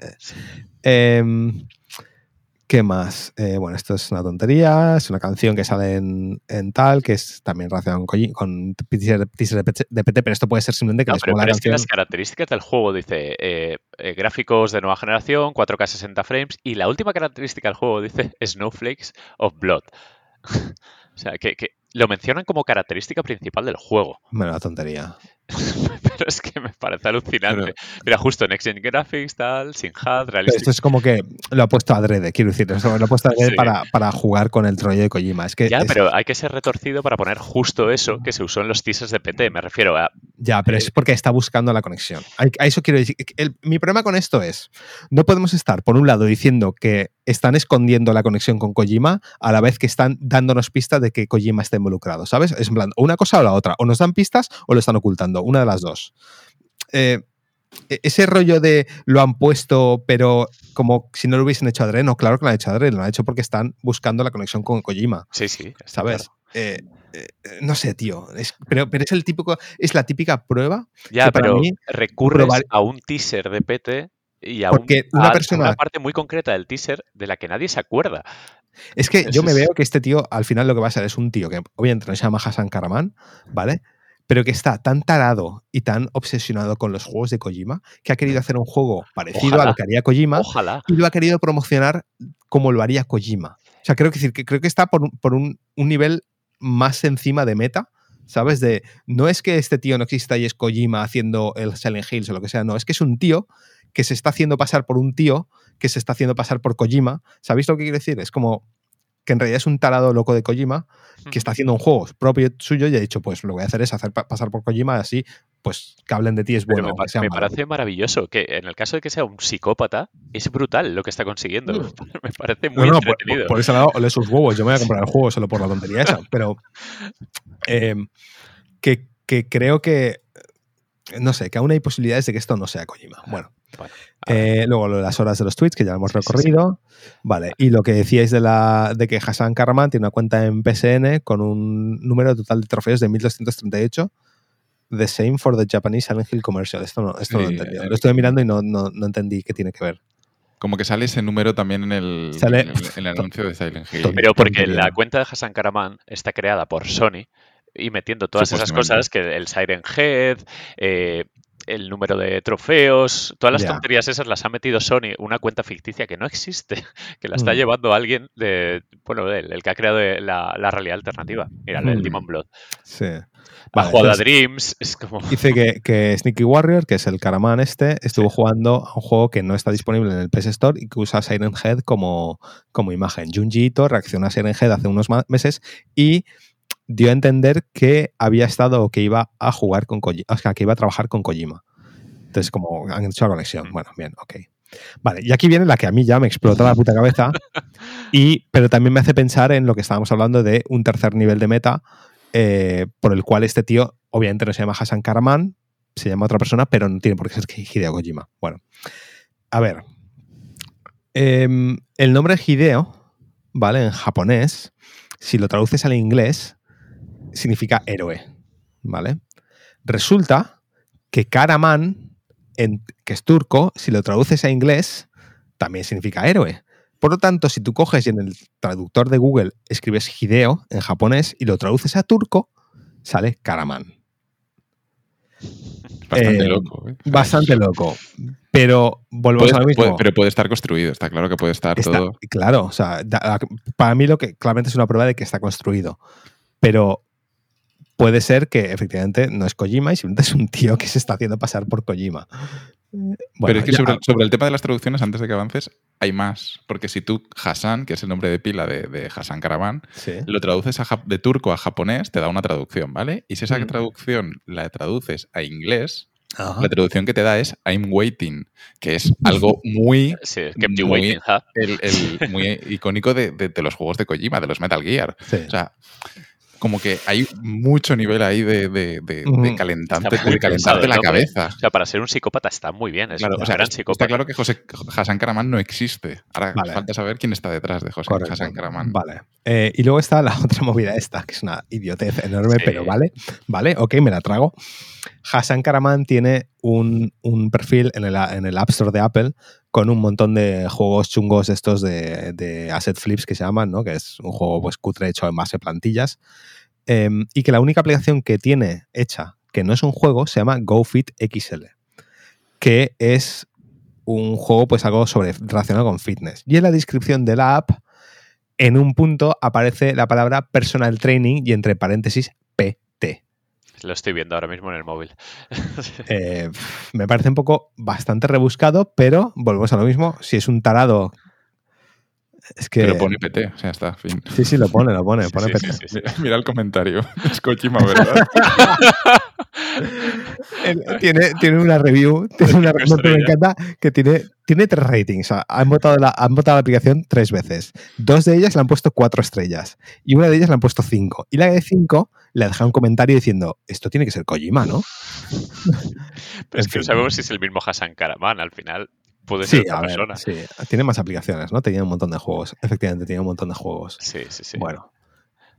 ¿Qué más? Bueno, esto es una tontería, es una canción que sale en tal, que es también relacionada con teaser de PT, pero esto puede ser simplemente que les mola la canción. Es que las características del juego dice gráficos de nueva generación, 4K 60 frames, y la última característica del juego dice Snowflakes of Blood. O sea, que lo mencionan como característica principal del juego. Bueno, la tontería. Pero es que me parece alucinante. Mira, justo Next Gen Graphics, tal, sin HUD, realístico. Esto es como que lo ha puesto adrede, quiero decir. Lo ha puesto adrede para jugar con el rollo de Kojima. Es que pero hay que ser retorcido para poner justo eso que se usó en los teasers de PT. Me refiero a... Ya, pero es porque está buscando la conexión. A eso quiero decir. Mi problema con esto es, no podemos estar, por un lado, diciendo que están escondiendo la conexión con Kojima a la vez que están dándonos pistas de que Kojima está involucrado, ¿sabes? Es en plan, o una cosa o la otra. O nos dan pistas o lo están ocultando. Una de las dos. Ese rollo de lo han puesto, pero como si no lo hubiesen hecho adrede, no, claro que lo han hecho adrede, lo han hecho porque están buscando la conexión con Kojima. Sí, ¿sabes? Claro. No sé, tío. Pero es el típico, es la típica prueba Ya, que para pero mí recurres probar, a un teaser de PT y porque una a una persona. parte muy concreta del teaser de la que nadie se acuerda. Es que yo Eso me es- veo que este tío, al final lo que va a ser es un tío que obviamente no se llama Hassan Karaman, ¿vale? Pero que está tan tarado y tan obsesionado con los juegos de Kojima que ha querido hacer un juego parecido a lo Ojalá, que haría Kojima ojalá. y lo ha querido promocionar como lo haría Kojima. O sea, creo que está por un nivel más encima de meta, ¿sabes? No es que este tío no exista y es Kojima haciendo el Silent Hills o lo que sea, no, es que es un tío que se está haciendo pasar por un tío que se está haciendo pasar por Kojima. ¿Sabéis lo que quiero decir? Es como que en realidad es un tarado loco de Kojima que está haciendo un juego propio suyo y ha dicho, pues lo que voy a hacer es hacer pasar por Kojima, así pues que hablen de ti es Pero bueno, aunque sea me malo. parece maravilloso que en el caso de que sea un psicópata, es brutal lo que está consiguiendo. Me parece muy No, entretenido. por ese lado, ole sus huevos. Yo me voy a comprar el juego solo por la tontería esa. Pero que creo que, no sé, que aún hay posibilidades de que esto no sea Kojima. Bueno. Luego lo de las horas de los tweets, que ya lo hemos recorrido. Sí. Vale, y lo que decíais de que Hassan Karaman tiene una cuenta en PSN con un número total de trofeos de 1238. The same for the Japanese Silent Hill Commercial. Esto no lo he entendido. Lo estuve mirando y no entendí qué tiene que ver. Como que sale ese número también en el anuncio de Silent Hill. Pero porque la cuenta de Hassan Karaman está creada por Sony y metiendo todas esas cosas, que el Siren Head, el número de trofeos, todas las tonterías esas las ha metido Sony, una cuenta ficticia que no existe, que la está llevando alguien el que ha creado la realidad alternativa. Mira, el Demon Blood. Sí. Ha jugado a Dreams, es como... Dice que Sneaky Warrior, que es el Karaman estuvo jugando a un juego que no está disponible en el PS Store y que usa Siren Head como imagen. Junji Ito reaccionó a Siren Head hace unos meses y dio a entender que había estado o que iba a jugar con Kojima, o sea, que iba a trabajar con Kojima. Entonces, como han hecho la conexión. Bueno, bien, ok. Vale, y aquí viene la que a mí ya me explota la puta cabeza, pero también me hace pensar en lo que estábamos hablando de un tercer nivel de meta, por el cual este tío, obviamente no se llama Hassan Karaman, se llama otra persona, pero no tiene por qué ser Hideo Kojima. Bueno, a ver. El nombre Hideo, ¿vale? En japonés, si lo traduces al inglés, significa héroe, ¿vale? Resulta que Karaman, que es turco, si lo traduces a inglés, también significa héroe. Por lo tanto, si tú coges y en el traductor de Google escribes Hideo en japonés y lo traduces a turco, sale Karaman. Bastante loco. Bastante loco. Pero volvemos a lo mismo. Pero puede estar construido, está claro que puede estar todo. Claro, o sea, para mí lo que claramente es una prueba de que está construido. Pero puede ser que efectivamente no es Kojima y simplemente es un tío que se está haciendo pasar por Kojima. Bueno, pero es que sobre el tema de las traducciones, antes de que avances, hay más. Porque si tú, Hassan, que es el nombre de pila de Hassan Karaman, lo traduces de turco a japonés, te da una traducción, ¿vale? Y si esa traducción la traduces a inglés, la traducción que te da es I'm waiting, que es algo muy, muy icónico de los juegos de Kojima, de los Metal Gear. Sí. O sea, como que hay mucho nivel ahí de calentarte la cabeza. O sea, para ser un psicópata está muy bien. Claro, o sea, está claro que Hassan Karaman no existe. Ahora falta saber quién está detrás de Hassan Karaman. Vale. Y luego está la otra movida esta, que es una idiotez enorme, pero vale, ok, me la trago. Hassan Karaman tiene un perfil en el App Store de Apple con un montón de juegos chungos estos de asset flips que se llaman, ¿no? Que es un juego pues cutre hecho en base a plantillas. Y que la única aplicación que tiene hecha, que no es un juego, se llama GoFit XL, que es un juego pues algo relacionado con fitness. Y en la descripción de la app, en un punto aparece la palabra personal training y entre paréntesis PT. Lo estoy viendo ahora mismo en el móvil. Me parece un poco bastante rebuscado, pero volvemos a lo mismo. Si es un tarado... Es que... Pero pone PT, o sea, está, fin. Sí, lo pone PT. Sí. Mira el comentario. Es Kojima, ¿verdad? tiene una review, me encanta, que tiene 3 ratings. O sea, han votado la aplicación 3 veces. 2 de ellas le han puesto 4 estrellas. Y una de ellas le han puesto 5. Y la de 5 le ha dejado un comentario diciendo, esto tiene que ser Kojima, ¿no? Pero es que no sabemos si es el mismo Hassan Karaman al final. Puede ser otra persona. Sí, tiene más aplicaciones, ¿no? Tenía un montón de juegos. Efectivamente, tenía un montón de juegos. Sí. Bueno.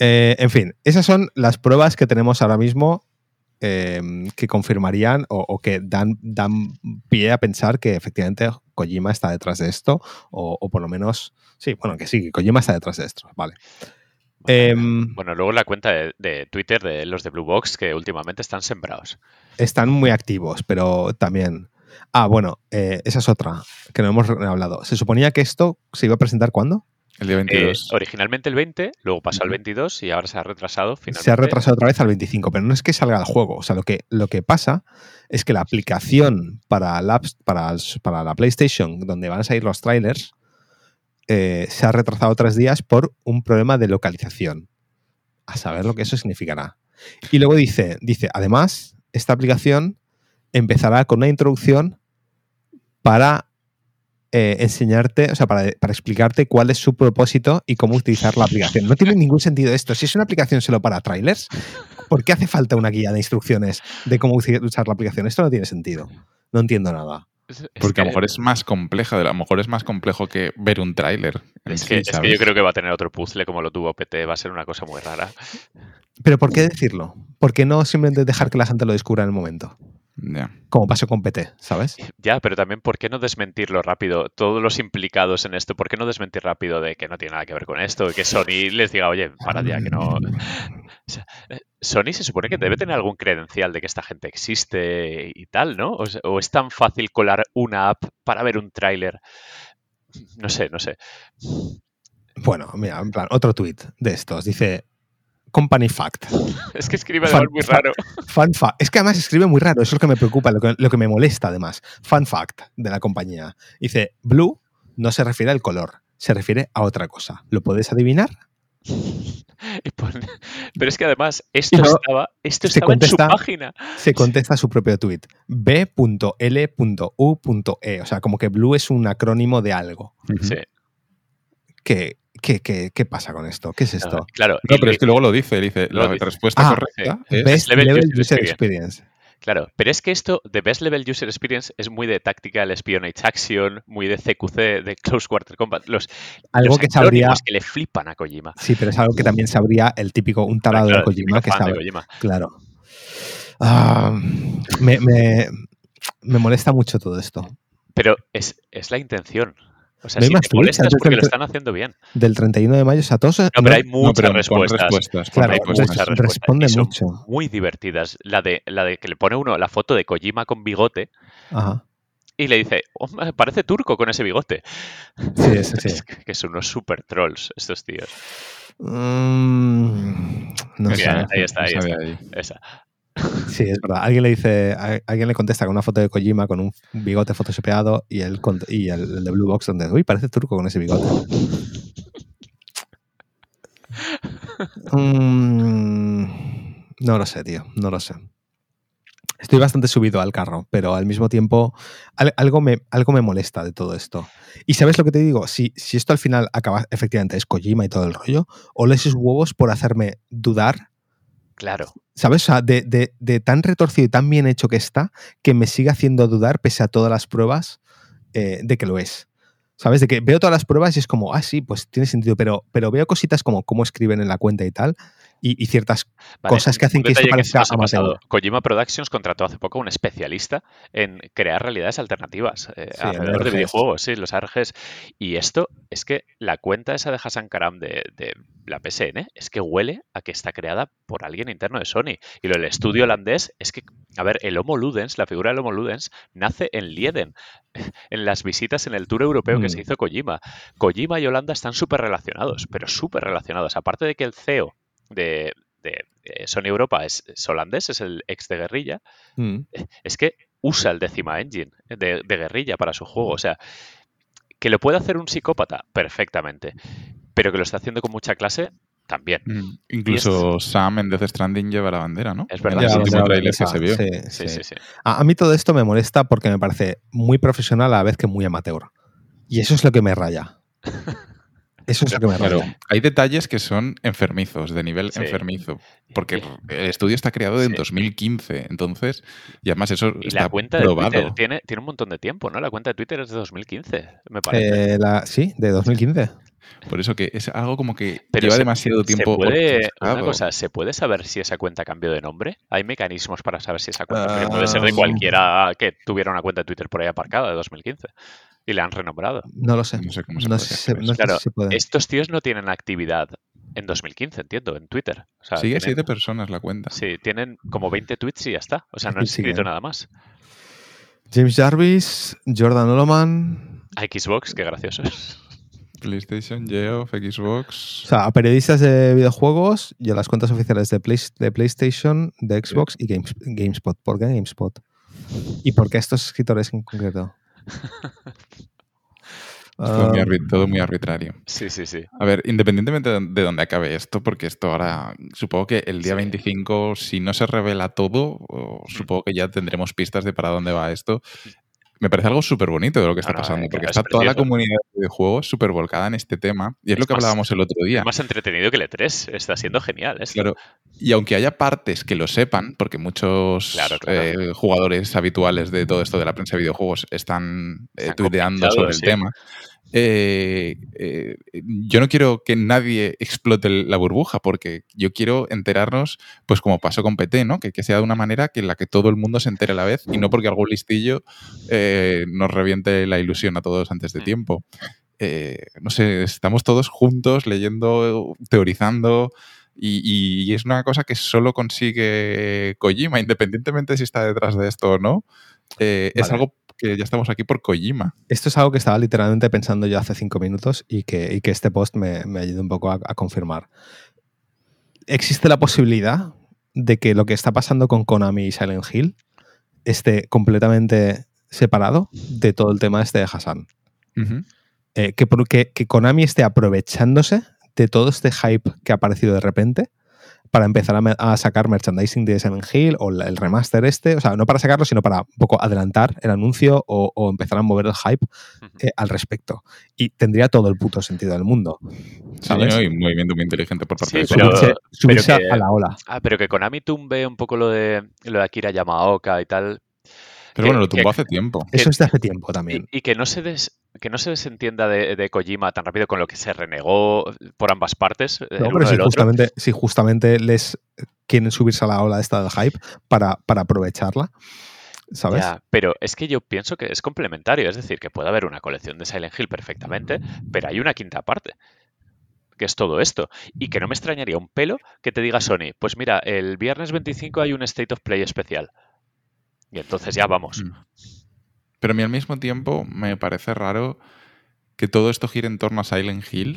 En fin, esas son las pruebas que tenemos ahora mismo que confirmarían o que dan pie a pensar que efectivamente Kojima está detrás de esto, o por lo menos, sí, bueno, que sí, que Kojima está detrás de esto, vale. Bueno, luego la cuenta de Twitter de los de Blue Box, que últimamente están sembrados. Están muy activos, pero también... bueno, esa es otra que no hemos hablado. Se suponía que esto se iba a presentar ¿cuándo? El día 22. Originalmente el 20, luego pasó al 22 y ahora se ha retrasado finalmente. Se ha retrasado otra vez al 25, pero no es que salga el juego. O sea, lo que pasa es que la aplicación para la PlayStation, donde van a salir los trailers, se ha retrasado 3 días por un problema de localización. A saber lo que eso significará. Y luego dice, además, esta aplicación empezará con una introducción para enseñarte, o sea, para explicarte cuál es su propósito y cómo utilizar la aplicación. No tiene ningún sentido esto. Si es una aplicación solo para trailers, ¿por qué hace falta una guía de instrucciones de cómo usar la aplicación? Esto no tiene sentido. No entiendo nada. Porque a lo mejor es más compleja, a lo mejor es más complejo que ver un tráiler. Es que yo creo que va a tener otro puzzle como lo tuvo PT, va a ser una cosa muy rara. ¿Pero por qué decirlo? ¿Por qué no simplemente dejar que la gente lo descubra en el momento? Yeah. Como pasó con PT, ¿sabes? Ya, pero también ¿por qué no desmentirlo rápido? Todos los implicados en esto, ¿por qué no desmentir rápido de que no tiene nada que ver con esto? Que Sony les diga, oye, para ya, que no... O sea, Sony se supone que debe tener algún credencial de que esta gente existe y tal, ¿no? O es tan fácil colar una app para ver un tráiler. No sé. Bueno, mira, en plan, otro tuit de estos. Dice... Company Fact. Es que escribe además muy raro. Fun fact. Es que además escribe muy raro. Eso es lo que me preocupa, lo que me molesta además. Fun fact de la compañía. Dice, Blue no se refiere al color, se refiere a otra cosa. ¿Lo puedes adivinar? Pero es que además esto estaba en su página. Se contesta su propio tweet. B.L.U.E. O sea, como que Blue es un acrónimo de algo. Sí. ¿Qué pasa con esto? ¿Qué es esto? No, claro. No, pero es que luego lo dice. La respuesta correcta es Best Level User Experience. Claro, pero es que esto de Best Level User Experience es muy de Tactical Espionage Action, muy de CQC, de Close Quarter Combat. Algo que sabría que le flipan a Kojima. Sí, pero es algo que también sabría el típico, un tarado de Kojima que sabe. Claro. Me molesta mucho todo esto. Pero es la intención. O sea, si te molesta es porque lo están haciendo bien. Del 31 de mayo, o sea, todos... No, pero hay muchas respuestas. Claro, hay muchas respuestas. Responde mucho. Muy divertidas. La de que le pone uno la foto de Kojima con bigote. Ajá. Y le dice, parece turco con ese bigote. Sí. Que son unos super trolls estos tíos. No sé. Ahí está. Esa. Sí, es verdad. Alguien le contesta con una foto de Kojima con un bigote photoshopeado y el de Blue Box donde, uy, parece turco con ese bigote. No lo sé, tío. No lo sé. Estoy bastante subido al carro, pero al mismo tiempo algo me molesta de todo esto. ¿Y sabes lo que te digo? Si esto al final acaba, efectivamente, es Kojima y todo el rollo, ole sus huevos por hacerme dudar. Claro. ¿Sabes? O sea, de tan retorcido y tan bien hecho que está, que me sigue haciendo dudar pese a todas las pruebas de que lo es. ¿Sabes? De que veo todas las pruebas y es como, sí, pues tiene sentido, pero veo cositas como cómo escriben en la cuenta y tal, y ciertas cosas que hacen que esto parezca amateur. Kojima Productions contrató hace poco a un especialista en crear realidades alternativas alrededor de videojuegos, sí, los ARGs. Y esto es que la cuenta esa de Hassan Karam de la PSN es que huele a que está creada por alguien interno de Sony. Y lo del estudio holandés es que, a ver, el Homo Ludens, la figura del Homo Ludens, nace en Lieden, en las visitas en el tour europeo que se hizo Kojima. Kojima y Holanda están súper relacionados, pero súper relacionados. Aparte de que el CEO de Sony Europa es holandés, es el ex de Guerrilla, es que usa el Decima Engine de Guerrilla para su juego. O sea, que lo puede hacer un psicópata perfectamente, pero que lo está haciendo con mucha clase también. Incluso Sam en Death Stranding lleva la bandera, ¿no? Es verdad. En el último trailer que se vio. Sí. A mí todo esto me molesta porque me parece muy profesional a la vez que muy amateur. Y eso es lo que me raya. Eso es lo que me raya. Claro, hay detalles que son enfermizos, de nivel enfermizo. Porque el estudio está creado en 2015, entonces, y además eso y está la cuenta probado. de Twitter tiene un montón de tiempo, ¿no? La cuenta de Twitter es de 2015, me parece. Sí, de 2015. Por eso que es algo como que Pero lleva demasiado tiempo una orquestado. cosa, ¿se puede saber si esa cuenta cambió de nombre? ¿Hay mecanismos para saber si esa cuenta, porque puede ser de Um, cualquiera que tuviera una cuenta de Twitter por ahí aparcada de 2015 y la han renombrado? no lo sé. No sé cómo se No podría hacer no eso. sé si Claro, se puede. estos tíos no tienen actividad en 2015, entiendo, en Twitter. O sea, Sigue tienen, 7 personas la cuenta. sí, tienen como 20 tweets y ya está. O sea, no han Aquí escrito siguen. nada más. James Jarvis, Jordan Oloman. A Xbox, qué graciosos. PlayStation, Geoff, O Xbox. sea, a periodistas de videojuegos y a las cuentas oficiales de PlayStation, de Xbox y GameSpot. ¿Por qué GameSpot? ¿Y por qué estos escritores en concreto? Todo muy arbitrario. Sí, sí, sí. A ver, independientemente de dónde acabe esto, porque esto ahora, supongo que el día Sí. 25, si no se revela todo, supongo que ya tendremos pistas de para dónde va esto. Me parece algo súper bonito de lo que está pasando, porque es está toda la precioso. comunidad de videojuegos súper volcada en este tema, y es lo que hablábamos el otro Es día. más entretenido que el E3. Está siendo genial esto. Claro, y aunque haya partes que lo sepan, porque muchos Claro. jugadores habituales de todo esto de la prensa de videojuegos están Se han tuiteando compinchado, sobre el sí. tema, yo no quiero que nadie explote la burbuja, porque yo quiero enterarnos, pues como pasó con PT, ¿no? Que sea de una manera que en la que todo el mundo se entere a la vez y no porque algún listillo nos reviente la ilusión a todos antes de tiempo. No sé, estamos todos juntos leyendo, teorizando, y es una cosa que solo consigue Kojima, independientemente si está detrás de esto o no. Es algo que ya estamos aquí por Kojima. Esto es algo que estaba literalmente pensando yo hace 5 minutos y que este post me ayuda un poco a confirmar. ¿Existe la posibilidad de que lo que está pasando con Konami y Silent Hill esté completamente separado de todo el tema este de Hassan? Uh-huh. Que Konami esté aprovechándose de todo este hype que ha aparecido de repente para empezar a sacar merchandising de Silent Hill o el remaster este, o sea, no para sacarlo, sino para un poco adelantar el anuncio o empezar a mover el hype al respecto. Y tendría todo el puto sentido del mundo, ¿sabes? Sí, ¿no? Y un movimiento muy inteligente por parte de subirse a la ola. Pero que Konami tumbe un poco lo de Akira Yamaoka y tal. Pero bueno, lo tumbó hace tiempo. Eso es de hace tiempo también. Y que no se desentienda de Kojima tan rápido, con lo que se renegó por ambas partes. No, pero si justamente les quieren subirse a la ola esta del hype para aprovecharla, ¿sabes? Ya, pero es que yo pienso que es complementario. Es decir, que puede haber una colección de Silent Hill perfectamente, pero hay una quinta parte, que es todo esto. Y que no me extrañaría un pelo que te diga Sony, pues mira, el viernes 25 hay un State of Play especial. Y entonces ya vamos. Pero a mí al mismo tiempo me parece raro que todo esto gire en torno a Silent Hill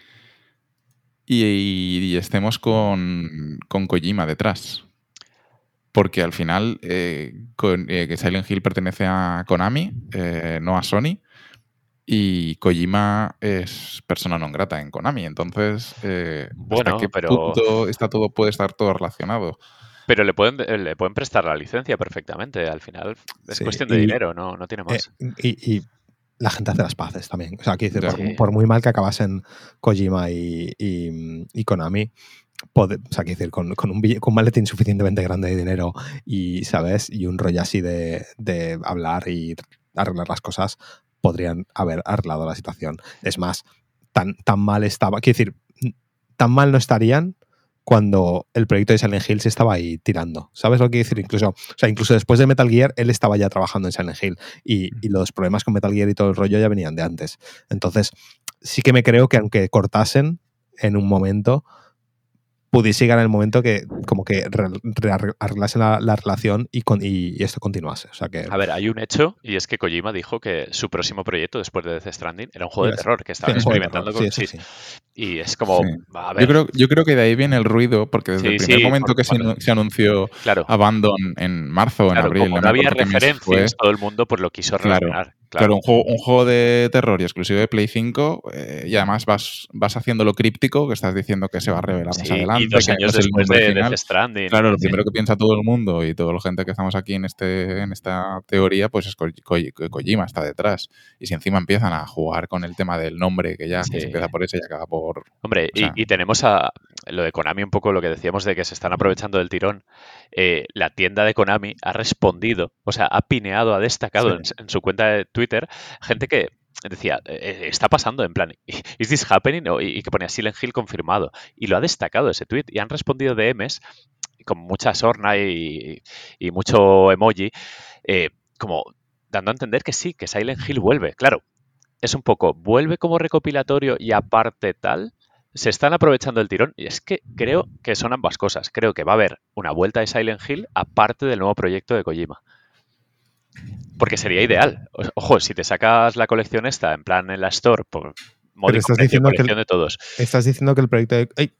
y estemos con Kojima detrás. Porque al final que Silent Hill pertenece a Konami, no a Sony, y Kojima es persona non grata en Konami. Entonces, ¿hasta qué punto puede estar todo relacionado? Pero le pueden prestar la licencia perfectamente. Al final es cuestión de dinero, no tiene más. Y la gente hace las paces también. O sea, quiero decir, por muy mal que acabasen Kojima y Konami, o sea, quiero decir, con un maletín suficientemente grande de dinero y, ¿sabes? Y un rollo así de hablar y arreglar las cosas, podrían haber arreglado la situación. Es más, tan mal estaba. Quiero decir, tan mal no estarían cuando el proyecto de Silent Hill se estaba ahí tirando. ¿Sabes lo que quiero decir? Incluso después de Metal Gear, él estaba ya trabajando en Silent Hill y los problemas con Metal Gear y todo el rollo ya venían de antes. Entonces, sí que me creo que aunque cortasen en un momento, pudiese llegar en el momento que como que arreglasen la relación y esto continuase. O sea que, a ver, hay un hecho, y es que Kojima dijo que su próximo proyecto después de Death Stranding era un juego de terror, que estaban experimentando con... Sí. Y es como... Sí. A ver. Yo creo que de ahí viene el ruido, porque desde el primer momento que se anunció Abandon en marzo o en abril... Como no había referencias, todo el mundo pues lo quiso relacionar. Claro, un juego de terror y exclusivo de Play 5, y además vas haciéndolo críptico, que estás diciendo que se va a revelar más adelante. Y 2 años después de Death Stranding. Claro, lo primero que piensa todo el mundo y toda la gente que estamos aquí en esta teoría, pues es que Kojima está detrás. Y si encima empiezan a jugar con el tema del nombre, que se empieza por ese y acaba por... Hombre, y tenemos lo de Konami, un poco lo que decíamos de que se están aprovechando del tirón. La tienda de Konami ha respondido, o sea, ha pineado, ha destacado en su cuenta de Twitter gente que decía, está pasando, en plan, ¿is this happening? Y que ponía Silent Hill confirmado. Y lo ha destacado ese tweet y han respondido DMs con mucha sorna y mucho emoji, como dando a entender que sí, que Silent Hill vuelve. Claro, es un poco, vuelve como recopilatorio y aparte tal, se están aprovechando el tirón. Y es que creo que son ambas cosas. Creo que va a haber una vuelta de Silent Hill aparte del nuevo proyecto de Kojima. Porque sería ideal. Ojo, si te sacas la colección esta, en plan en la Store, por módico precio, colección de todos. ¿Estás diciendo que el proyecto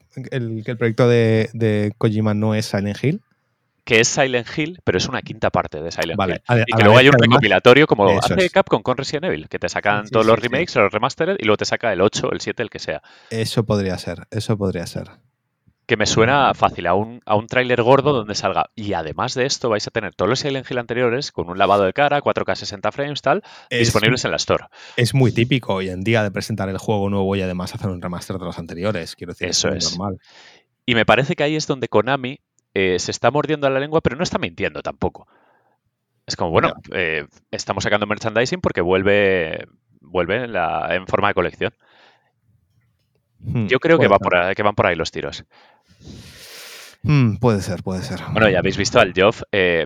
de Kojima no es Silent Hill? Que es Silent Hill, pero es una quinta parte de Silent Hill. Y que luego hay un recopilatorio como hace es. Capcom con Resident Evil, que te sacan todos los remakes, los remastered, y luego te saca el 8, el 7, el que sea. Eso podría ser. Que me suena fácil a un tráiler gordo donde salga. Y además de esto, vais a tener todos los Silent Hill anteriores con un lavado de cara, 4K 60 frames, tal, disponibles en la Store. Es muy típico hoy en día de presentar el juego nuevo y además hacer un remaster de los anteriores. Quiero decir, eso es normal. Y me parece que ahí es donde Konami se está mordiendo a la lengua, pero no está mintiendo tampoco. Es como, bueno, estamos sacando merchandising porque vuelve en forma de colección. Yo creo que van por ahí los tiros. Puede ser. Bueno, ya habéis visto al Geoff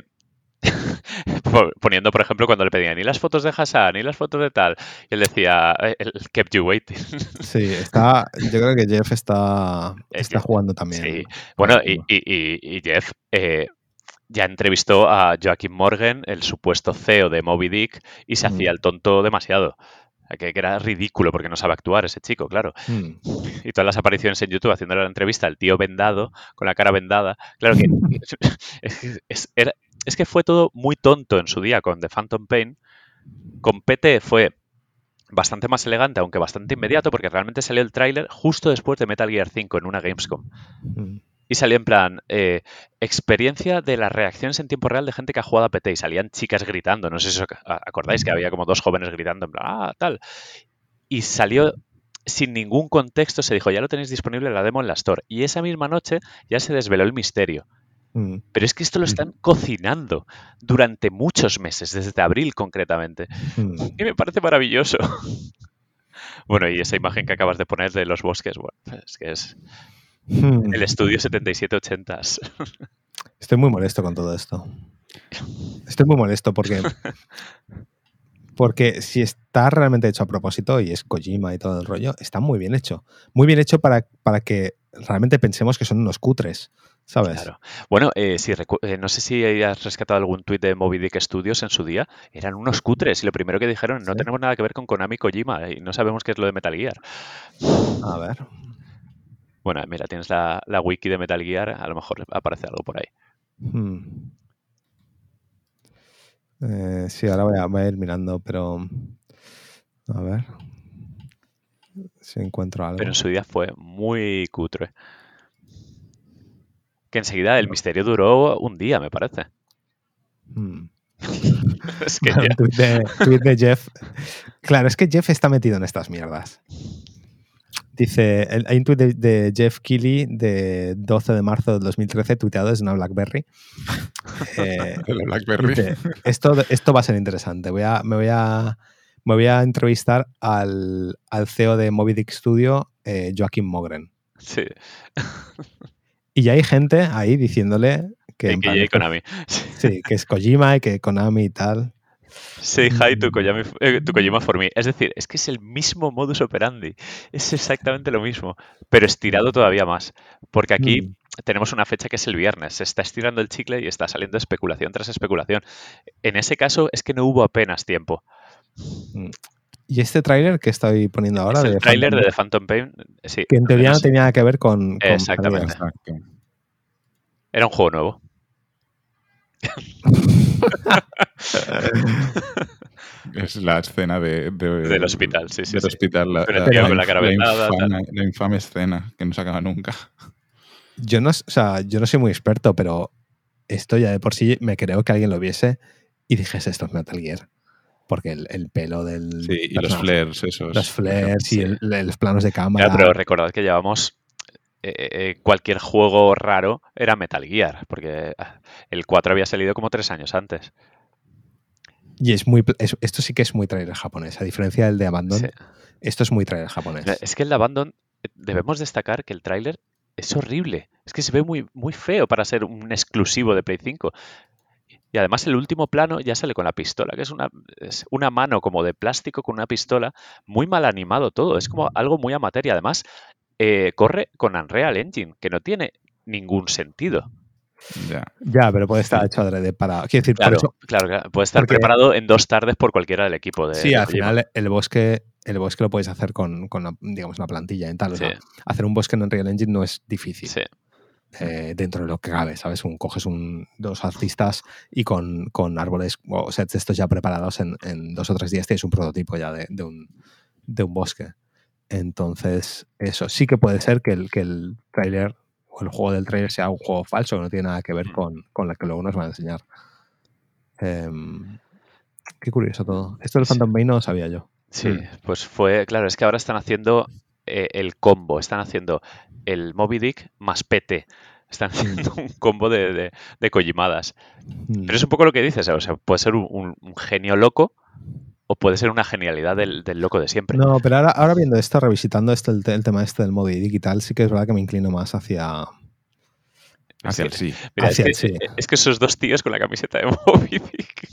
poniendo, por ejemplo, cuando le pedían ni las fotos de Hassan, ni las fotos de tal, y él decía, el kept you waiting. Sí, yo creo que Jeff está jugando también. Sí, bueno, y Jeff ya entrevistó a Joaquin Morgan, el supuesto CEO de Moby Dick, y se hacía el tonto demasiado. Que era ridículo porque no sabe actuar ese chico, claro. Y todas las apariciones en YouTube haciéndole la entrevista al tío vendado, con la cara vendada. Claro que es que fue todo muy tonto en su día con The Phantom Pain. Con PT fue bastante más elegante, aunque bastante inmediato, porque realmente salió el tráiler justo después de Metal Gear 5 en una Gamescom. Y salió en plan, experiencia de las reacciones en tiempo real de gente que ha jugado a PT. Y salían chicas gritando. No sé si os acordáis que había como 2 jóvenes gritando en plan, tal. Y salió sin ningún contexto. Se dijo, ya lo tenéis disponible la demo en la Store. Y esa misma noche ya se desveló el misterio. Pero es que esto lo están cocinando durante muchos meses, desde abril concretamente. Y me parece maravilloso. Bueno, y esa imagen que acabas de poner de los bosques, bueno, es que es... El estudio 7780. Estoy muy molesto con todo esto. Estoy muy molesto porque si está realmente hecho a propósito y es Kojima y todo el rollo, está muy bien hecho. Muy bien hecho para que realmente pensemos que son unos cutres, ¿sabes? Claro. Bueno, no sé si has rescatado algún tuit de Moby Dick Studios en su día. Eran unos cutres y lo primero que dijeron, no tenemos nada que ver con Konami y Kojima y no sabemos qué es lo de Metal Gear. A ver. Bueno, mira, tienes la wiki de Metal Gear, a lo mejor aparece algo por ahí. Sí, ahora voy a ir mirando, pero a ver si encuentro algo. Pero en su día fue muy cutre. Que enseguida el misterio duró un día, me parece. Es que bueno, tweet de Jeff. Claro, es que Jeff está metido en estas mierdas. Dice, hay un tweet de Jeff Keighley de 12 de marzo de 2013, tuiteado desde una BlackBerry. La BlackBerry. Dice, esto va a ser interesante. Me voy a entrevistar al CEO de Moby Dick Studio, Joaquin Mogren. Sí. Y ya hay gente ahí diciéndole que... Konami. Sí, que es Kojima y que Konami y tal. Say hi to Kojima for me. Es decir, es que es el mismo modus operandi. Es exactamente lo mismo, pero estirado todavía más. Porque aquí tenemos una fecha que es el viernes. Se está estirando el chicle y está saliendo especulación tras especulación. En ese caso es que no hubo apenas tiempo. ¿Y este tráiler que estoy poniendo ahora? Es el tráiler de The Phantom Pain. Sí, que en teoría no tenía nada que ver con exactamente. Era un juego nuevo. Es la escena del hospital, sí. Del hospital, con la cara vendada. La infame escena que no se acaba nunca. Yo no soy muy experto, pero esto ya de por sí me creo que alguien lo viese y dijese esto es Metal Gear. Porque el pelo del... Sí, y los flares esos. Los flares y los planos de cámara. Claro, pero recordad que llevamos... cualquier juego raro era Metal Gear, porque el 4 había salido como 3 años antes. Y esto sí que es muy trailer japonés, a diferencia del de Abandon. Sí. Esto es muy trailer japonés. Es que el de Abandon, debemos destacar que el tráiler es horrible. Es que se ve muy, muy feo para ser un exclusivo de Play 5. Y además el último plano ya sale con la pistola, que es una mano como de plástico con una pistola, muy mal animado todo. Es como algo muy amateur y además corre con Unreal Engine, que no tiene ningún sentido. Ya, pero puede estar hecho adrede para... Quiero decir, Claro, por eso, claro, puede estar preparado en 2 tardes por cualquiera del equipo de sí, al Kojima. final el bosque lo puedes hacer con digamos, una plantilla en tal. O sea, hacer un bosque en Unreal Engine no es difícil. Sí. Dentro de lo que cabe, ¿sabes? Coges dos artistas y con árboles o sets estos ya preparados en 2 o 3 días tienes un prototipo ya de un bosque. Entonces, eso sí que puede ser que el tráiler o el juego del tráiler sea un juego falso, que no tiene nada que ver con la que luego nos van a enseñar. Qué curioso todo. Esto del Phantom Pain no lo sabía yo. Sí, pues fue, claro, es que ahora están haciendo el combo, están haciendo el Moby Dick más PT. Están haciendo un combo de Kojimadas. Pero es un poco lo que dices, o sea, puede ser un genio loco o puede ser una genialidad del loco de siempre. No, pero ahora viendo esto, revisitando el tema del Moby Dick y tal, sí que es verdad que me inclino más hacia el sí. Mira, es que esos 2 tíos con la camiseta de Moby Dick.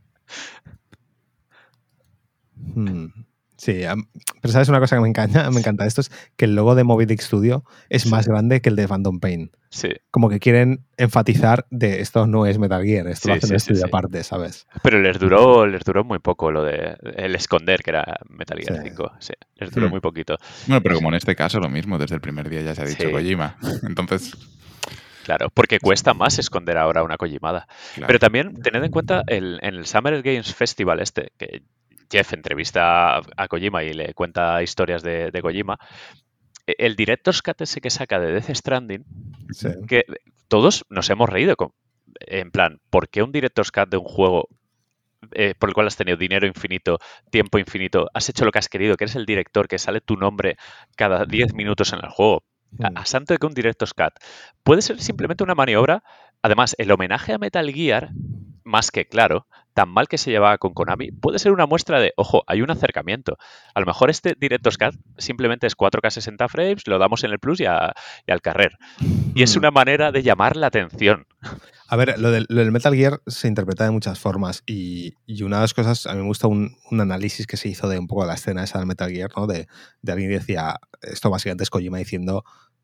Sí, pero ¿sabes una cosa que me encanta esto? Es que el logo de Moby Dick Studio es más grande que el de Phantom Pain. Sí. Como que quieren enfatizar de esto no es Metal Gear, esto lo hacen estudio aparte, ¿sabes? Pero les duró muy poco lo de el esconder, que era Metal Gear 5. Sí, les duró muy poquito. Bueno, pero como en este caso lo mismo, desde el primer día ya se ha dicho Kojima. Entonces... Claro, porque cuesta más esconder ahora una Kojimada. Claro. Pero también tened en cuenta en el Summer Games Festival que Jeff entrevista a Kojima y le cuenta historias de Kojima, el Director's Cut ese que saca de Death Stranding, que todos nos hemos reído en plan, ¿por qué un Director's Cut de un juego por el cual has tenido dinero infinito, tiempo infinito, has hecho lo que has querido, que eres el director, que sale tu nombre cada 10 minutos en el juego? A santo de que un Director's Cut puede ser simplemente una maniobra. Además, el homenaje a Metal Gear, más que claro, tan mal que se llevaba con Konami, puede ser una muestra de, ojo, hay un acercamiento. A lo mejor este Director's Cut simplemente es 4K 60 frames, lo damos en el Plus y al carrer. Y es una manera de llamar la atención. A ver, lo del Metal Gear se interpreta de muchas formas y una de las cosas, a mí me gusta un análisis que se hizo de un poco la escena esa del Metal Gear, ¿no? De alguien que decía, esto básicamente es Kojima diciendo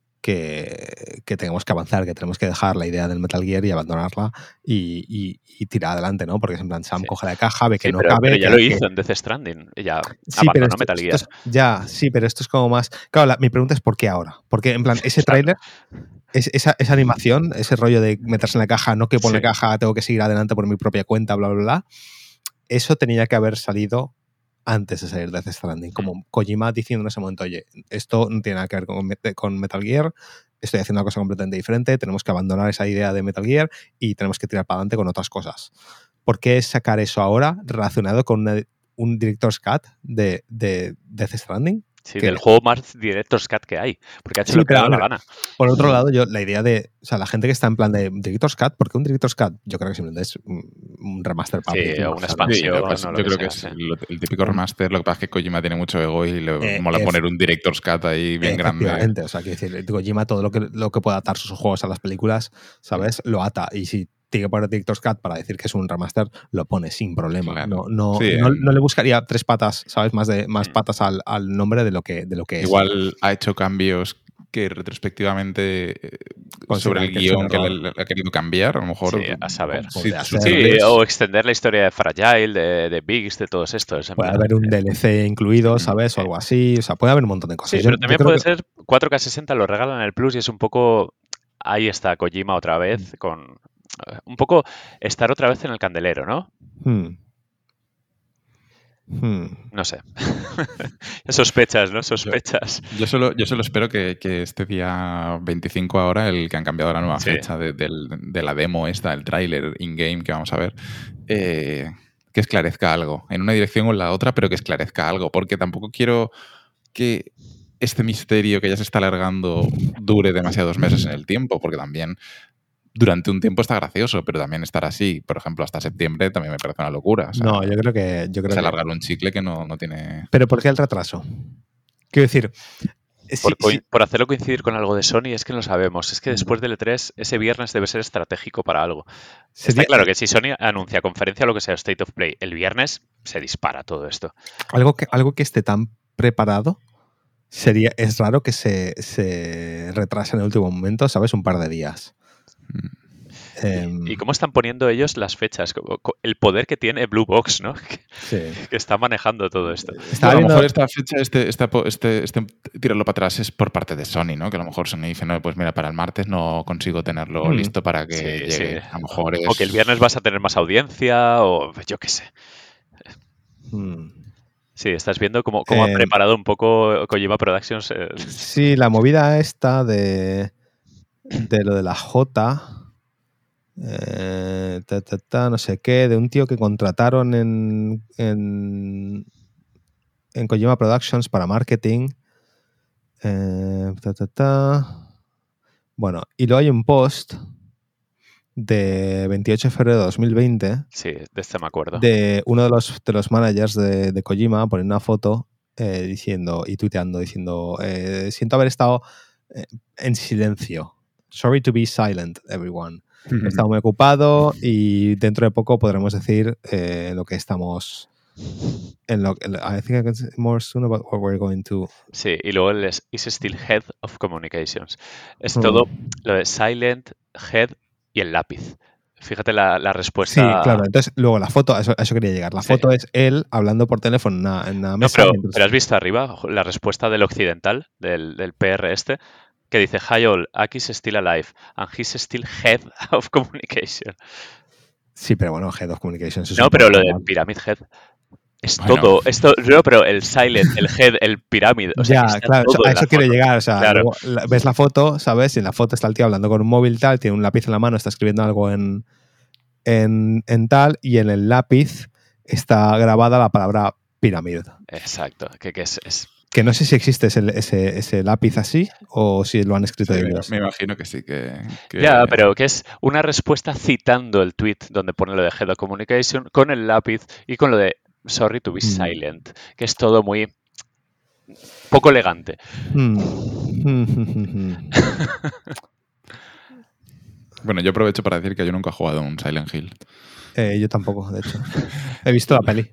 que tenemos que avanzar, que tenemos que dejar la idea del Metal Gear y abandonarla y tirar adelante, ¿no? Porque es en plan, Sam coge la caja, ve que no cabe. Pero ya lo hizo en Death Stranding, ya abandonó Metal Gear. Sí, pero esto es como más... Claro, mi pregunta es ¿por qué ahora? Porque en plan, ese tráiler... Esa animación, ese rollo de meterse en la caja, no que pone la caja, tengo que seguir adelante por mi propia cuenta, bla, bla, bla. Eso tenía que haber salido antes de salir de Death Stranding. Como Kojima diciendo en ese momento, oye, esto no tiene nada que ver con Metal Gear, estoy haciendo una cosa completamente diferente, tenemos que abandonar esa idea de Metal Gear y tenemos que tirar para adelante con otras cosas. ¿Por qué sacar eso ahora relacionado con un Director's Cut de Death Stranding? Sí, del juego más Director's Cut que hay, porque ha hecho lo que le da la gana. Por otro lado, la idea de, o sea, la gente que está en plan de Director's Cut, ¿por qué un Director's Cut? Yo creo que simplemente es un remaster para Play 5, una expansión. Yo creo que es el típico remaster, lo que pasa es que Kojima tiene mucho ego y le mola poner un Director's Cut ahí bien grande. O sea, quiero decir, Kojima todo lo que pueda atar sus juegos a las películas, ¿sabes? Lo ata. Y si tiene que poner Director's Cut para decir que es un remaster, lo pone sin problema. Claro. No le buscaría 3 patas, ¿sabes? Más patas al nombre de lo que es. Igual ha hecho cambios que retrospectivamente sobre el guión que le ha querido cambiar, a lo mejor. Sí, a saber. O extender la historia de Fragile, de Biggs, de todos estos. Puede haber un DLC incluido, ¿sabes? O algo así. O sea, puede haber un montón de cosas. Sí, pero también puede ser 4K60, lo regalan en el Plus y es un poco... Ahí está Kojima otra vez con... Un poco estar otra vez en el candelero, ¿no? No sé. Sospechas, ¿no? Sospechas. Yo solo espero que este día 25 ahora, el que han cambiado la nueva fecha de la demo esta, el tráiler in-game que vamos a ver, que esclarezca algo. En una dirección o en la otra, pero que esclarezca algo. Porque tampoco quiero que este misterio que ya se está alargando dure demasiados meses en el tiempo, porque también durante un tiempo está gracioso, pero también estar así, por ejemplo, hasta septiembre también me parece una locura. O sea, No, yo creo que... alargar un chicle que no tiene... ¿Pero por qué el retraso? Quiero decir... Por hacerlo coincidir con algo de Sony, es que no lo sabemos. Es que después del E3, ese viernes debe ser estratégico para algo. Está claro que si Sony anuncia conferencia o lo que sea, State of Play, el viernes se dispara todo esto. Algo que esté tan preparado es raro que se retrase en el último momento, ¿sabes? Un par de días. ¿Y cómo están poniendo ellos las fechas? El poder que tiene Blue Box, ¿no? Que está manejando todo esto. A lo mejor esta fecha, este tirarlo para atrás es por parte de Sony, ¿no? Que a lo mejor Sony dice, no, pues mira, para el martes no consigo tenerlo listo para que llegue. Sí. A lo mejor O que el viernes vas a tener más audiencia, o yo qué sé. Sí, estás viendo cómo ha preparado un poco Kojima Productions. Sí, la movida esta de lo de la J... no sé qué, de un tío que contrataron en Kojima Productions para marketing. Bueno, y luego hay un post de 28 de febrero de 2020. Sí, de este me acuerdo. De uno de los managers de Kojima poniendo una foto diciendo y tuiteando diciendo siento haber estado en silencio. Sorry to be silent, everyone. He estado muy ocupado y dentro de poco podremos decir lo que estamos... I think I can say more soon about what we're going to... Sí, y luego el is still head of communications. Es todo lo de silent, head y el lápiz. Fíjate la respuesta. Sí, claro. Entonces, luego la foto, a eso quería llegar. La foto es él hablando por teléfono en una mesa. Pero has visto arriba la respuesta del occidental, del PR este, que dice, hi all, Aki's still alive and he's still head of communication. Sí, pero bueno, head of communication. No, pero lo de Pyramid Head es todo. No, pero el silent, el head, el pyramid. O sea, ya, claro, a eso quiero llegar. O sea, claro. Luego, ves la foto, ¿sabes? Y en la foto está el tío hablando con un móvil tal, tiene un lápiz en la mano, está escribiendo algo en tal, y en el lápiz está grabada la palabra pirámide. Exacto, que es... Que no sé si existe ese lápiz así o si lo han escrito ellos. Me imagino que sí. Ya, pero que es una respuesta citando el tweet donde pone lo de Head of Communication con el lápiz y con lo de Sorry to be silent, que es todo muy poco elegante. Bueno, yo aprovecho para decir que yo nunca he jugado un Silent Hill. Yo tampoco, de hecho. He visto la peli.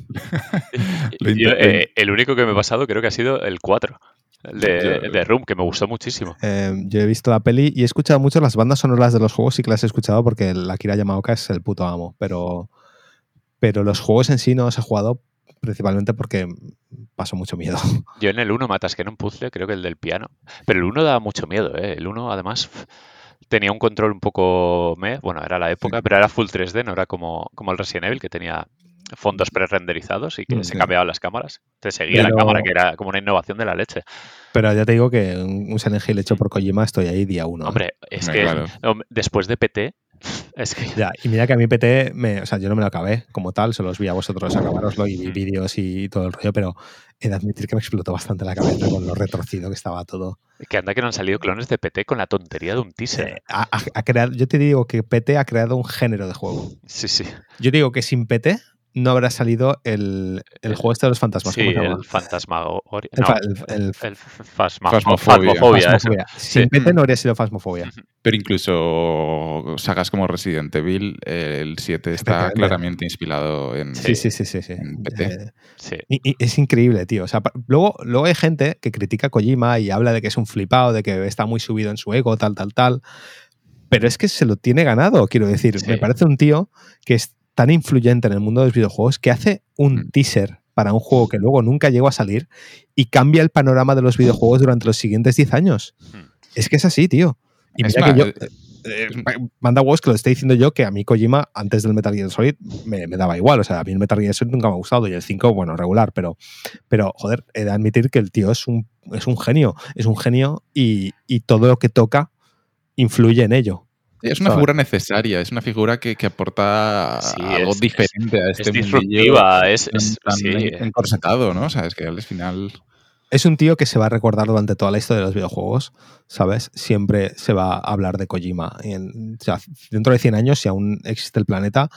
El único que me he pasado creo que ha sido el 4, de Room, que me gustó muchísimo. Yo he visto la peli y he escuchado mucho las bandas sonoras de los juegos, sí que las he escuchado porque el Akira Yamaoka es el puto amo, pero los juegos en sí no los he jugado principalmente porque paso mucho miedo. Yo en el 1 me atasqué en un puzzle, creo que el del piano, pero el 1 daba mucho miedo, ¿eh? El 1 además... tenía un control un poco... Bueno, era la época, pero era full 3D, no era como el Resident Evil, que tenía fondos pre-renderizados y que se cambiaban las cámaras. Te seguía la cámara, que era como una innovación de la leche. Pero ya te digo que un Silent Hill hecho por Kojima estoy ahí día 1. Hombre, es que después de PT... Es que... Ya, y mira que a mí PT, o sea, yo no me lo acabé como tal, solo os vi a vosotros acabároslo y vi vídeos y todo el rollo, pero he de admitir que me explotó bastante la cabeza con lo retorcido que estaba todo. Que anda que no han salido clones de PT con la tontería de un teaser. Yo te digo que PT ha creado un género de juego. Sí, sí. Yo digo que sin PT no habrá salido el juego este de los fantasmas. Sí, el Fantasmagoria. El Phasmophobia. Sin PT no habría sido Phasmophobia. Pero incluso sagas como Resident Evil, el 7 está claramente inspirado en PT. Y es increíble, tío. O sea, luego hay gente que critica a Kojima y habla de que es un flipado, de que está muy subido en su ego, tal. Pero es que se lo tiene ganado, quiero decir. Me parece un tío que es tan influyente en el mundo de los videojuegos que hace un teaser para un juego que luego nunca llegó a salir y cambia el panorama de los videojuegos durante los siguientes 10 años. Es que es así, tío. Y mira que yo... manda huevos que lo esté diciendo yo, que a mí Kojima, antes del Metal Gear Solid, me daba igual. O sea, a mí el Metal Gear Solid nunca me ha gustado y el 5, bueno, regular, pero joder, he de admitir que el tío es un genio. Es un genio y todo lo que toca influye en ello. Es una figura necesaria, es una figura que aporta algo diferente a este disruptiva, encorsetado, ¿no? O sea, es que al final... Es un tío que se va a recordar durante toda la historia de los videojuegos, ¿sabes? Siempre se va a hablar de Kojima. O sea, dentro de 100 años, si aún existe el planeta,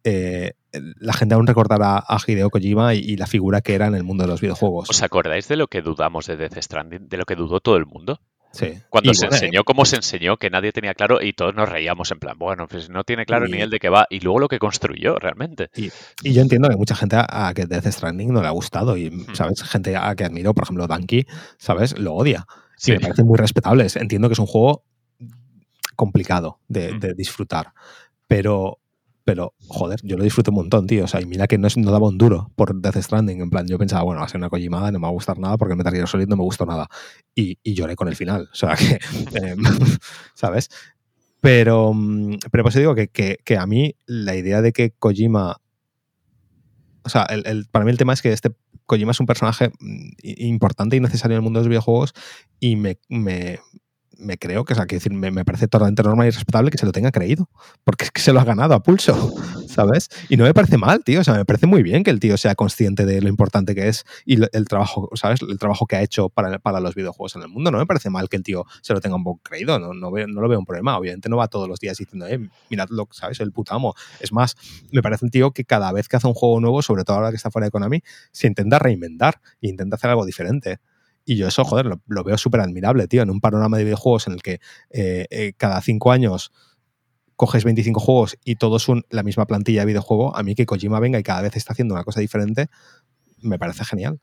la gente aún recordará a Hideo Kojima y la figura que era en el mundo de los videojuegos. ¿Os acordáis de lo que dudamos de Death Stranding? ¿De lo que dudó todo el mundo? Sí. Cuando se enseñó cómo se enseñó, que nadie tenía claro y todos nos reíamos en plan, bueno, pues no tiene claro ni él de qué va. Y luego lo que construyó realmente. Y yo entiendo que mucha gente a que Death Stranding no le ha gustado y, ¿sabes? Gente a que admiro, por ejemplo, Danky, ¿sabes? Lo odia. Sí. Y me parecen muy respetables. Entiendo que es un juego complicado de disfrutar. Pero, joder, yo lo disfruto un montón, tío. O sea, y mira que no daba un duro por Death Stranding. En plan, yo pensaba, bueno, va a ser una Kojimada, no me va a gustar nada porque el Metal Gear Solid no me gustó nada. Y lloré con el final. O sea, que, ¿sabes? Pero pues digo que a mí la idea de que Kojima... O sea, para mí el tema es que Kojima es un personaje importante y necesario en el mundo de los videojuegos y me creo que, o sea, quiero decir, me parece totalmente normal y respetable que se lo tenga creído, porque es que se lo ha ganado a pulso, ¿sabes? Y no me parece mal, tío, o sea, me parece muy bien que el tío sea consciente de lo importante que es y el trabajo, ¿sabes? El trabajo que ha hecho para los videojuegos en el mundo. No me parece mal que el tío se lo tenga un poco creído, no lo veo un problema. Obviamente no va todos los días diciendo, miradlo, ¿sabes? El putamo. Es más, me parece un tío que cada vez que hace un juego nuevo, sobre todo ahora que está fuera de Konami, se intenta reinventar e intenta hacer algo diferente. Y yo eso, joder, lo veo súper admirable, tío. En un panorama de videojuegos en el que cada 5 años coges 25 juegos y todos son la misma plantilla de videojuego, a mí que Kojima venga y cada vez está haciendo una cosa diferente, me parece genial.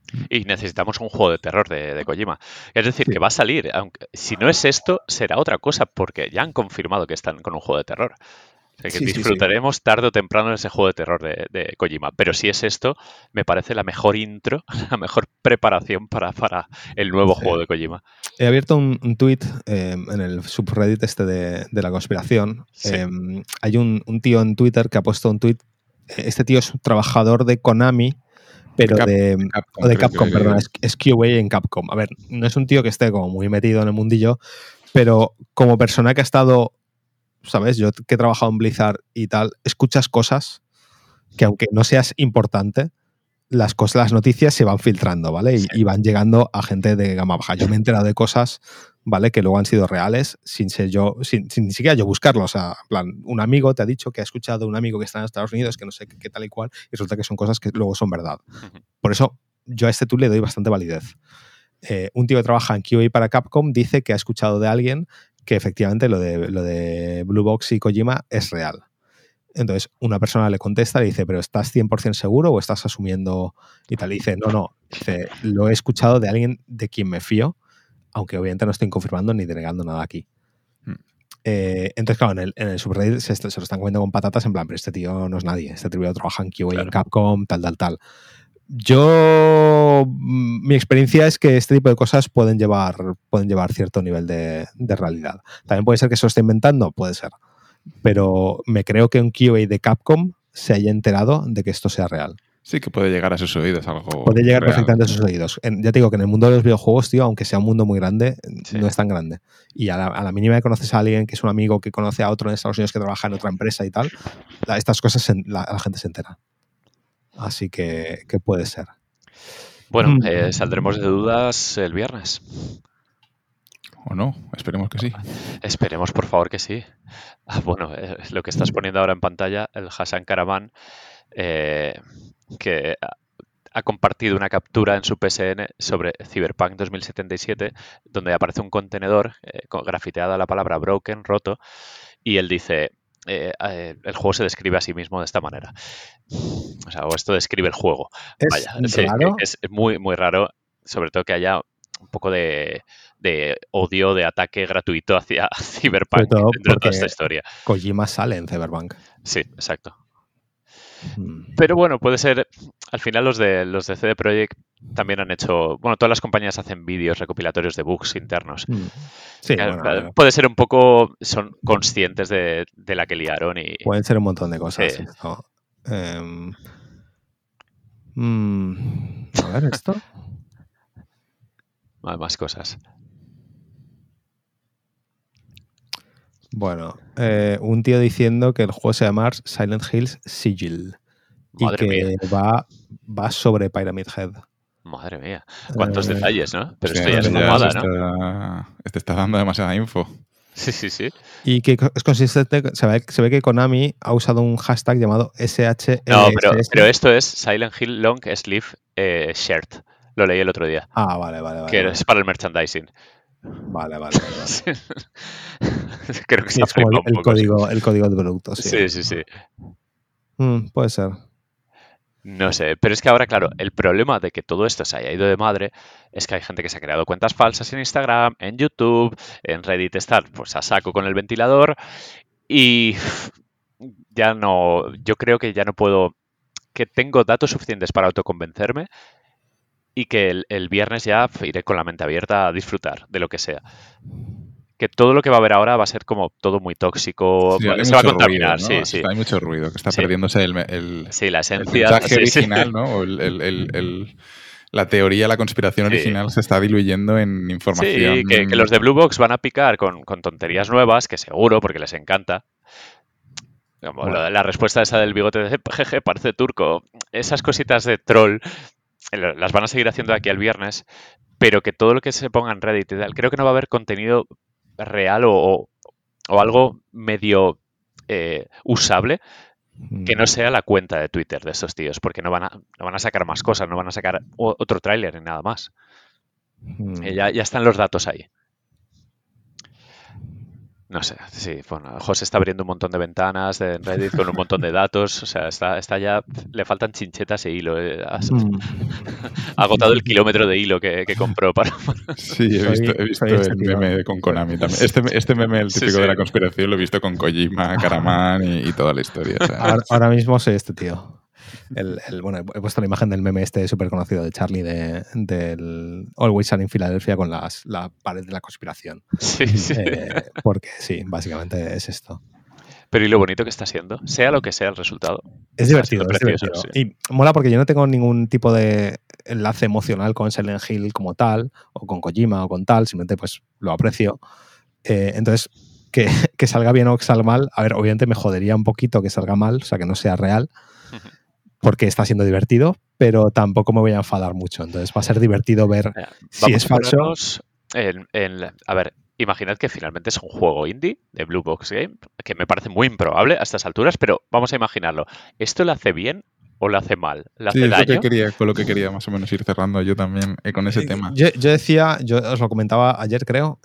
Y necesitamos un juego de terror de Kojima. Es decir, que va a salir. Aunque, si no es esto, será otra cosa, porque ya han confirmado que están con un juego de terror. O sea, que disfrutaremos tarde o temprano ese juego de terror de Kojima. Pero si es esto, me parece la mejor intro, la mejor preparación para el nuevo juego de Kojima. He abierto un tweet en el subreddit de la conspiración. Sí. Hay un tío en Twitter que ha puesto un tweet. Este tío es un trabajador de Konami, pero de Capcom, perdón, es QA en Capcom. A ver, no es un tío que esté como muy metido en el mundillo, pero como persona que ha estado... ¿Sabes? Yo que he trabajado en Blizzard y tal, escuchas cosas que aunque no seas importante, las noticias se van filtrando, ¿vale? Sí. Y van llegando a gente de gama baja. Yo me he enterado de cosas, ¿vale? Que luego han sido reales sin ni siquiera yo buscarlo. O sea, en plan, un amigo te ha dicho que ha escuchado un amigo que está en Estados Unidos, que no sé qué tal y cual, y resulta que son cosas que luego son verdad. Por eso yo a este tool le doy bastante validez. Un tío que trabaja en QA para Capcom dice que ha escuchado de alguien que efectivamente lo de Blue Box y Kojima es real. Entonces, una persona le contesta y le dice, ¿pero estás 100% seguro o estás asumiendo y tal? Y dice, no. Dice, lo he escuchado de alguien de quien me fío, aunque obviamente no estoy confirmando ni denegando nada aquí. Entonces, claro, en el subreddit se lo están comiendo con patatas en plan, pero este tío no es nadie. Este tío trabaja en QA, en Capcom, tal. Mi experiencia es que este tipo de cosas pueden llevar cierto nivel de realidad. También puede ser que se lo esté inventando, puede ser. Pero me creo que un QA de Capcom se haya enterado de que esto sea real. Sí, que puede llegar a sus oídos algo. Puede llegar real. Perfectamente a sus oídos. Ya te digo que en el mundo de los videojuegos, tío, aunque sea un mundo muy grande, no es tan grande. Y a la mínima que conoces a alguien que es un amigo que conoce a otro en Estados Unidos que trabaja en otra empresa y tal, estas cosas la gente se entera. Así que puede ser. Bueno, saldremos de dudas el viernes. ¿O no? Esperemos que sí. Esperemos, por favor, que sí. Bueno, lo que estás poniendo ahora en pantalla, el Hassan Karaman, que ha compartido una captura en su PSN sobre Cyberpunk 2077, donde aparece un contenedor grafiteada la palabra broken, roto, y él dice... el juego se describe a sí mismo de esta manera. O sea, o esto describe el juego. ¿Es raro? Es muy, muy raro, sobre todo que haya un poco de odio, de ataque gratuito hacia Cyberpunk dentro de toda esta historia. Kojima sale en Cyberpunk. Sí, exacto. Pero bueno, puede ser... Al final los de CD Projekt también han hecho... Bueno, todas las compañías hacen vídeos recopilatorios de bugs internos. Sí, bueno, puede ser un poco... Son conscientes de la que liaron y... Pueden ser un montón de cosas. Sí. Esto. A ver, esto. Más cosas. Bueno, un tío diciendo que el juego se llama Silent Hills Sigil. Madre y que mía. va sobre Pyramid Head. Madre mía. Cuántos detalles, ¿no? Pero Sí, esto ya es este mamada, se ¿no? te está dando demasiada info. Sí. Y que es consistente, se ve que Konami ha usado un hashtag llamado SHLSS. No, pero esto es Silent Hill Long Sleeve Shirt. Lo leí el otro día. Que es para el merchandising. Vale. Creo que Sí, se ha es como flipado un el poco. código de producto, sí. Sí. Puede ser. No sé, pero es que ahora, claro, el problema de que todo esto se haya ido de madre es que hay gente que se ha creado cuentas falsas en Instagram, en YouTube, en Reddit estar pues a saco con el ventilador y ya no, yo creo que ya no puedo, que tengo datos suficientes para autoconvencerme y que el viernes ya iré con la mente abierta a disfrutar de lo que sea. Que todo lo que va a haber ahora va a ser como todo muy tóxico, Sí, hay se va a mucho ruido, contaminar, ¿no? sí. Hay mucho ruido, que está Sí. perdiéndose Sí, la el esencia. mensaje Sí. original, ¿no? O la teoría, la conspiración Sí. original se está diluyendo en información. Sí, que los de Blue Box van a picar con tonterías nuevas, que seguro, porque les encanta. Como Bueno. la respuesta esa del bigote de jeje, parece turco. Esas cositas de troll las van a seguir haciendo aquí el viernes, pero que todo lo que se ponga en Reddit y tal, creo que no va a haber contenido real o algo medio usable que no sea la cuenta de Twitter de estos tíos, porque no van a sacar más cosas, no van a sacar otro tráiler ni nada más. Ya están los datos ahí. No sé, sí, bueno, José está abriendo un montón de ventanas en Reddit con un montón de datos, o sea, está ya, le faltan chinchetas e hilo. Ha agotado el kilómetro de hilo que compró para... Sí, he visto el meme con Konami también. Este meme, el típico de la conspiración, lo he visto con Kojima, Karaman y toda la historia. O sea. Ahora mismo soy este tío. Bueno, he puesto la imagen del meme este súper conocido de Charlie del Always Sunny en Filadelfia con la pared de la conspiración. Sí. Porque sí, básicamente es esto. Pero y lo bonito que está siendo, sea lo que sea el resultado. Es divertido, precioso, es divertido. Sí. Y mola porque yo no tengo ningún tipo de enlace emocional con Silent Hill como tal, o con Kojima o con tal, simplemente pues lo aprecio. Entonces, que salga bien o que salga mal, a ver, obviamente me jodería un poquito que salga mal, o sea, que no sea real, porque está siendo divertido, pero tampoco me voy a enfadar mucho. Entonces va a ser divertido ver si es falso. A ver, imaginad que finalmente es un juego indie de Blue Box Game, que me parece muy improbable a estas alturas, pero vamos a imaginarlo. ¿Esto lo hace bien o lo hace mal? ¿Le hace daño? Con lo que quería más o menos ir cerrando yo también con ese tema. Yo decía, yo os lo comentaba ayer creo,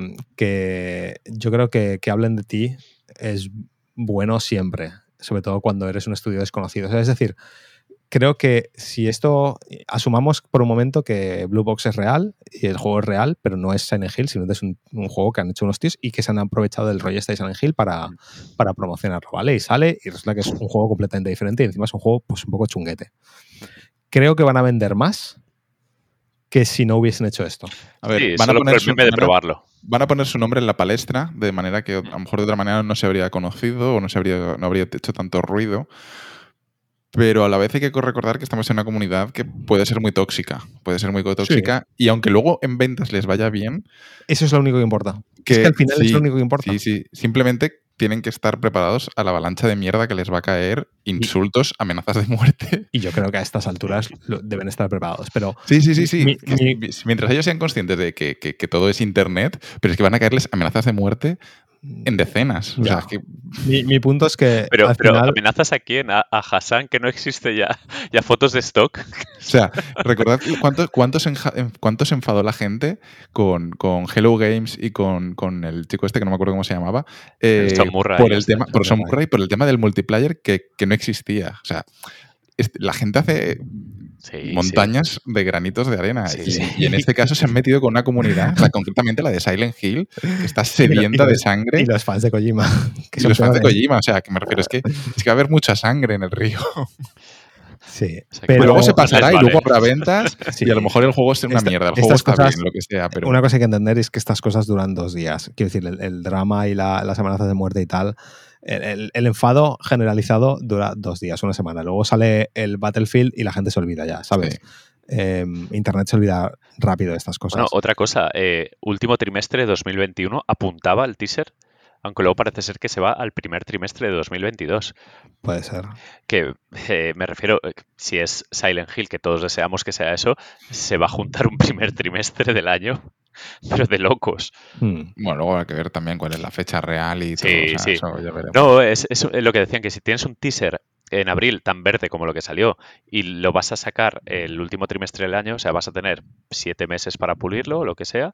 que yo creo que hablen de ti es bueno siempre, sobre todo cuando eres un estudio desconocido. O sea, es decir, creo que si esto, asumamos por un momento que Blue Box es real y el juego es real, pero no es Silent Hill, sino que es un juego que han hecho unos tíos y que se han aprovechado del rollo este de Silent Hill para promocionarlo, ¿vale? Y sale y resulta que es un juego completamente diferente y encima es un juego pues un poco chunguete. Creo que van a vender más que si no hubiesen hecho esto. A ver, sí, van a poner de probarlo. Van a poner su nombre en la palestra, de manera que a lo mejor de otra manera no se habría conocido o no habría hecho tanto ruido. Pero a la vez hay que recordar que estamos en una comunidad que puede ser muy tóxica. Sí. Y aunque luego en ventas les vaya bien... Eso es lo único que importa. Es que al final es lo único que importa. Sí. Simplemente tienen que estar preparados a la avalancha de mierda que les va a caer, insultos, amenazas de muerte. Y yo creo que a estas alturas deben estar preparados. Pero sí. Mientras ellos sean conscientes de que todo es internet, pero es que van a caerles amenazas de muerte en decenas. O sea, es que... mi punto es que. Pero final... ¿amenazas a quién? ¿A Hassan, que no existe ya fotos de stock? O sea, recordad cuánto se enfadó la gente con Hello Games y con el chico este que no me acuerdo cómo se llamaba. Por Sean Murray y por el tema del multiplayer que no existía. O sea, la gente hace montañas de granitos de arena. Y en este caso se han metido con una comunidad, concretamente la de Silent Hill, que está sedienta de sangre. Y los fans de Kojima. O sea, que me refiero, es que va a haber mucha sangre en el río. Sí, o sea, pero luego se pasará y luego habrá ventas y a lo mejor el juego es una mierda. El juego está bien, lo que sea. Pero... Una cosa que hay que entender es que estas cosas duran 2 días. Quiero decir, el drama y las amenazas de muerte y tal, el enfado generalizado dura 2 días, una semana. Luego sale el Battlefield y la gente se olvida ya, ¿sabes? Sí. Internet se olvida rápido de estas cosas. Bueno, otra cosa, último trimestre de 2021 apuntaba el teaser aunque luego parece ser que se va al primer trimestre de 2022. Puede ser. Que me refiero, si es Silent Hill, que todos deseamos que sea eso, se va a juntar un primer trimestre del año, pero de locos. Bueno, luego hay que ver también cuál es la fecha real y todo. Sí, O sea, sí. eso ya veremos. No, es lo que decían, que si tienes un teaser en abril tan verde como lo que salió y lo vas a sacar el último trimestre del año, o sea, vas a tener 7 meses para pulirlo o lo que sea,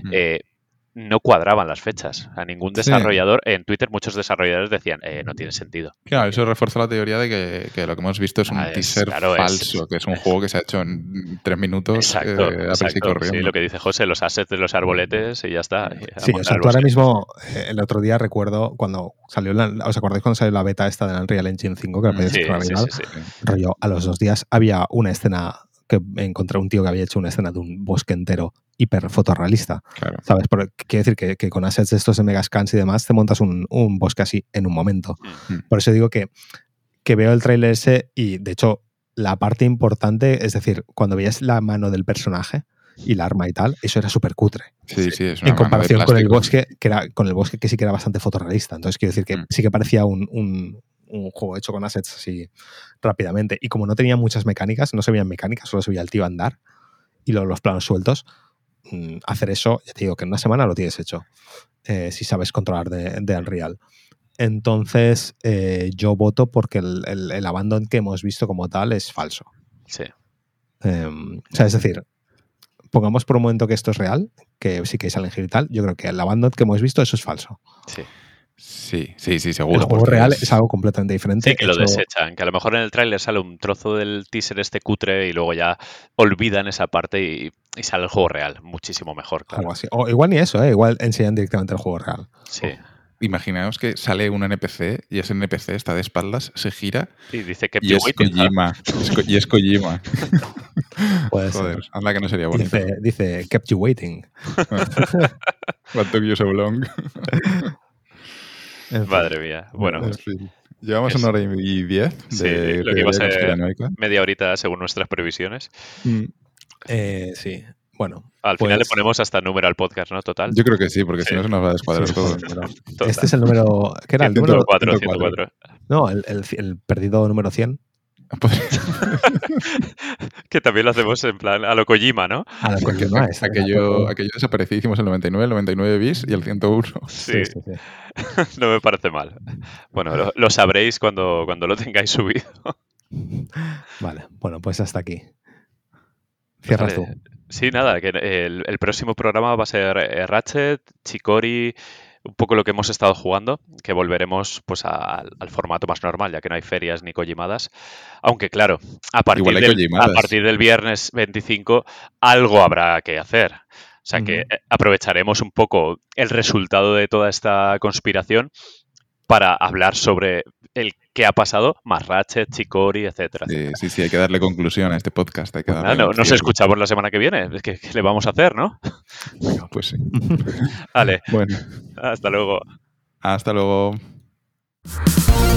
no cuadraban las fechas. A ningún desarrollador, en Twitter muchos desarrolladores decían, no tiene sentido. Claro, eso refuerza la teoría de que lo que hemos visto es un teaser falso, que es un juego que se ha hecho en 3 minutos. Exacto, corriendo. Sí, lo que dice José, los assets de los arboletes y ya está. Sí, o sea, tú ahora mismo, el otro día recuerdo cuando salió ¿os acordáis cuando salió la beta esta del Unreal Engine 5? Que rollo, a los 2 días había una escena que encontré un tío que había hecho una escena de un bosque entero hiper fotorrealista. Claro. ¿Sabes? Quiere decir que con assets de estos de Megascans y demás te montas un bosque así en un momento. Por eso digo que veo el tráiler ese y, de hecho, la parte importante, es decir, cuando veías la mano del personaje y el arma y tal, eso era súper cutre. Sí, es una en comparación mano de con el bosque, que sí que era bastante fotorrealista. Entonces, quiero decir que sí que parecía un juego hecho con assets así rápidamente. Y como no tenía muchas mecánicas, no se veían mecánicas, solo se veía el tío andar y los planos sueltos, hacer eso, ya te digo que en una semana lo tienes hecho, si sabes controlar de Unreal. Entonces, yo voto porque el abandon que hemos visto como tal es falso. Sí. O sea, es decir, pongamos por un momento que esto es real, que sí que es Silent Hill y tal, yo creo que el abandon que hemos visto, eso es falso. Sí, seguro. El juego real es algo completamente diferente. Sí, que lo desechan, que a lo mejor en el tráiler sale un trozo del teaser este cutre y luego ya olvidan esa parte y sale el juego real, muchísimo mejor, claro. Algo así. O igual ni eso, igual enseñan directamente el juego real. Sí. Imaginaos que sale un NPC y ese NPC está de espaldas, se gira y dice que es Kojima. Y es Kojima. Puede Joder, ser. anda que no sería bonito. Dice kept you waiting. What took you so long? Madre mía. Bueno, en fin. Llevamos 1 hora y 10 de lo que iba a ser conspiranoica. media horita según nuestras previsiones. Sí. Bueno. Al final le ponemos hasta número al podcast, ¿no? Total. Yo creo que sí, porque si no se nos va a descuadrar todo. Este es el número... ¿Qué era? El número 104. No, el perdido número 100. Que también lo hacemos en plan a lo Kojima, ¿no? A lo Kojima. Aquello desapareció, hicimos el 99, el 99 bis y el 101. Sí. No me parece mal. Bueno, lo sabréis cuando lo tengáis subido. Vale, bueno, pues hasta aquí. Cierras tú. Sí, nada, que el próximo programa va a ser Ratchet, Chicory, un poco lo que hemos estado jugando, que volveremos pues al formato más normal, ya que no hay ferias ni Kojimadas. Aunque claro, a partir del viernes 25 algo habrá que hacer. O sea que aprovecharemos un poco el resultado de toda esta conspiración para hablar sobre el qué ha pasado, más Ratchet, Chicory, etcétera. Sí, hay que darle conclusión a este podcast. Nos escuchamos la semana que viene. ¿Qué le vamos a hacer, no? Bueno, pues sí. Vale. Bueno. Hasta luego. Hasta luego.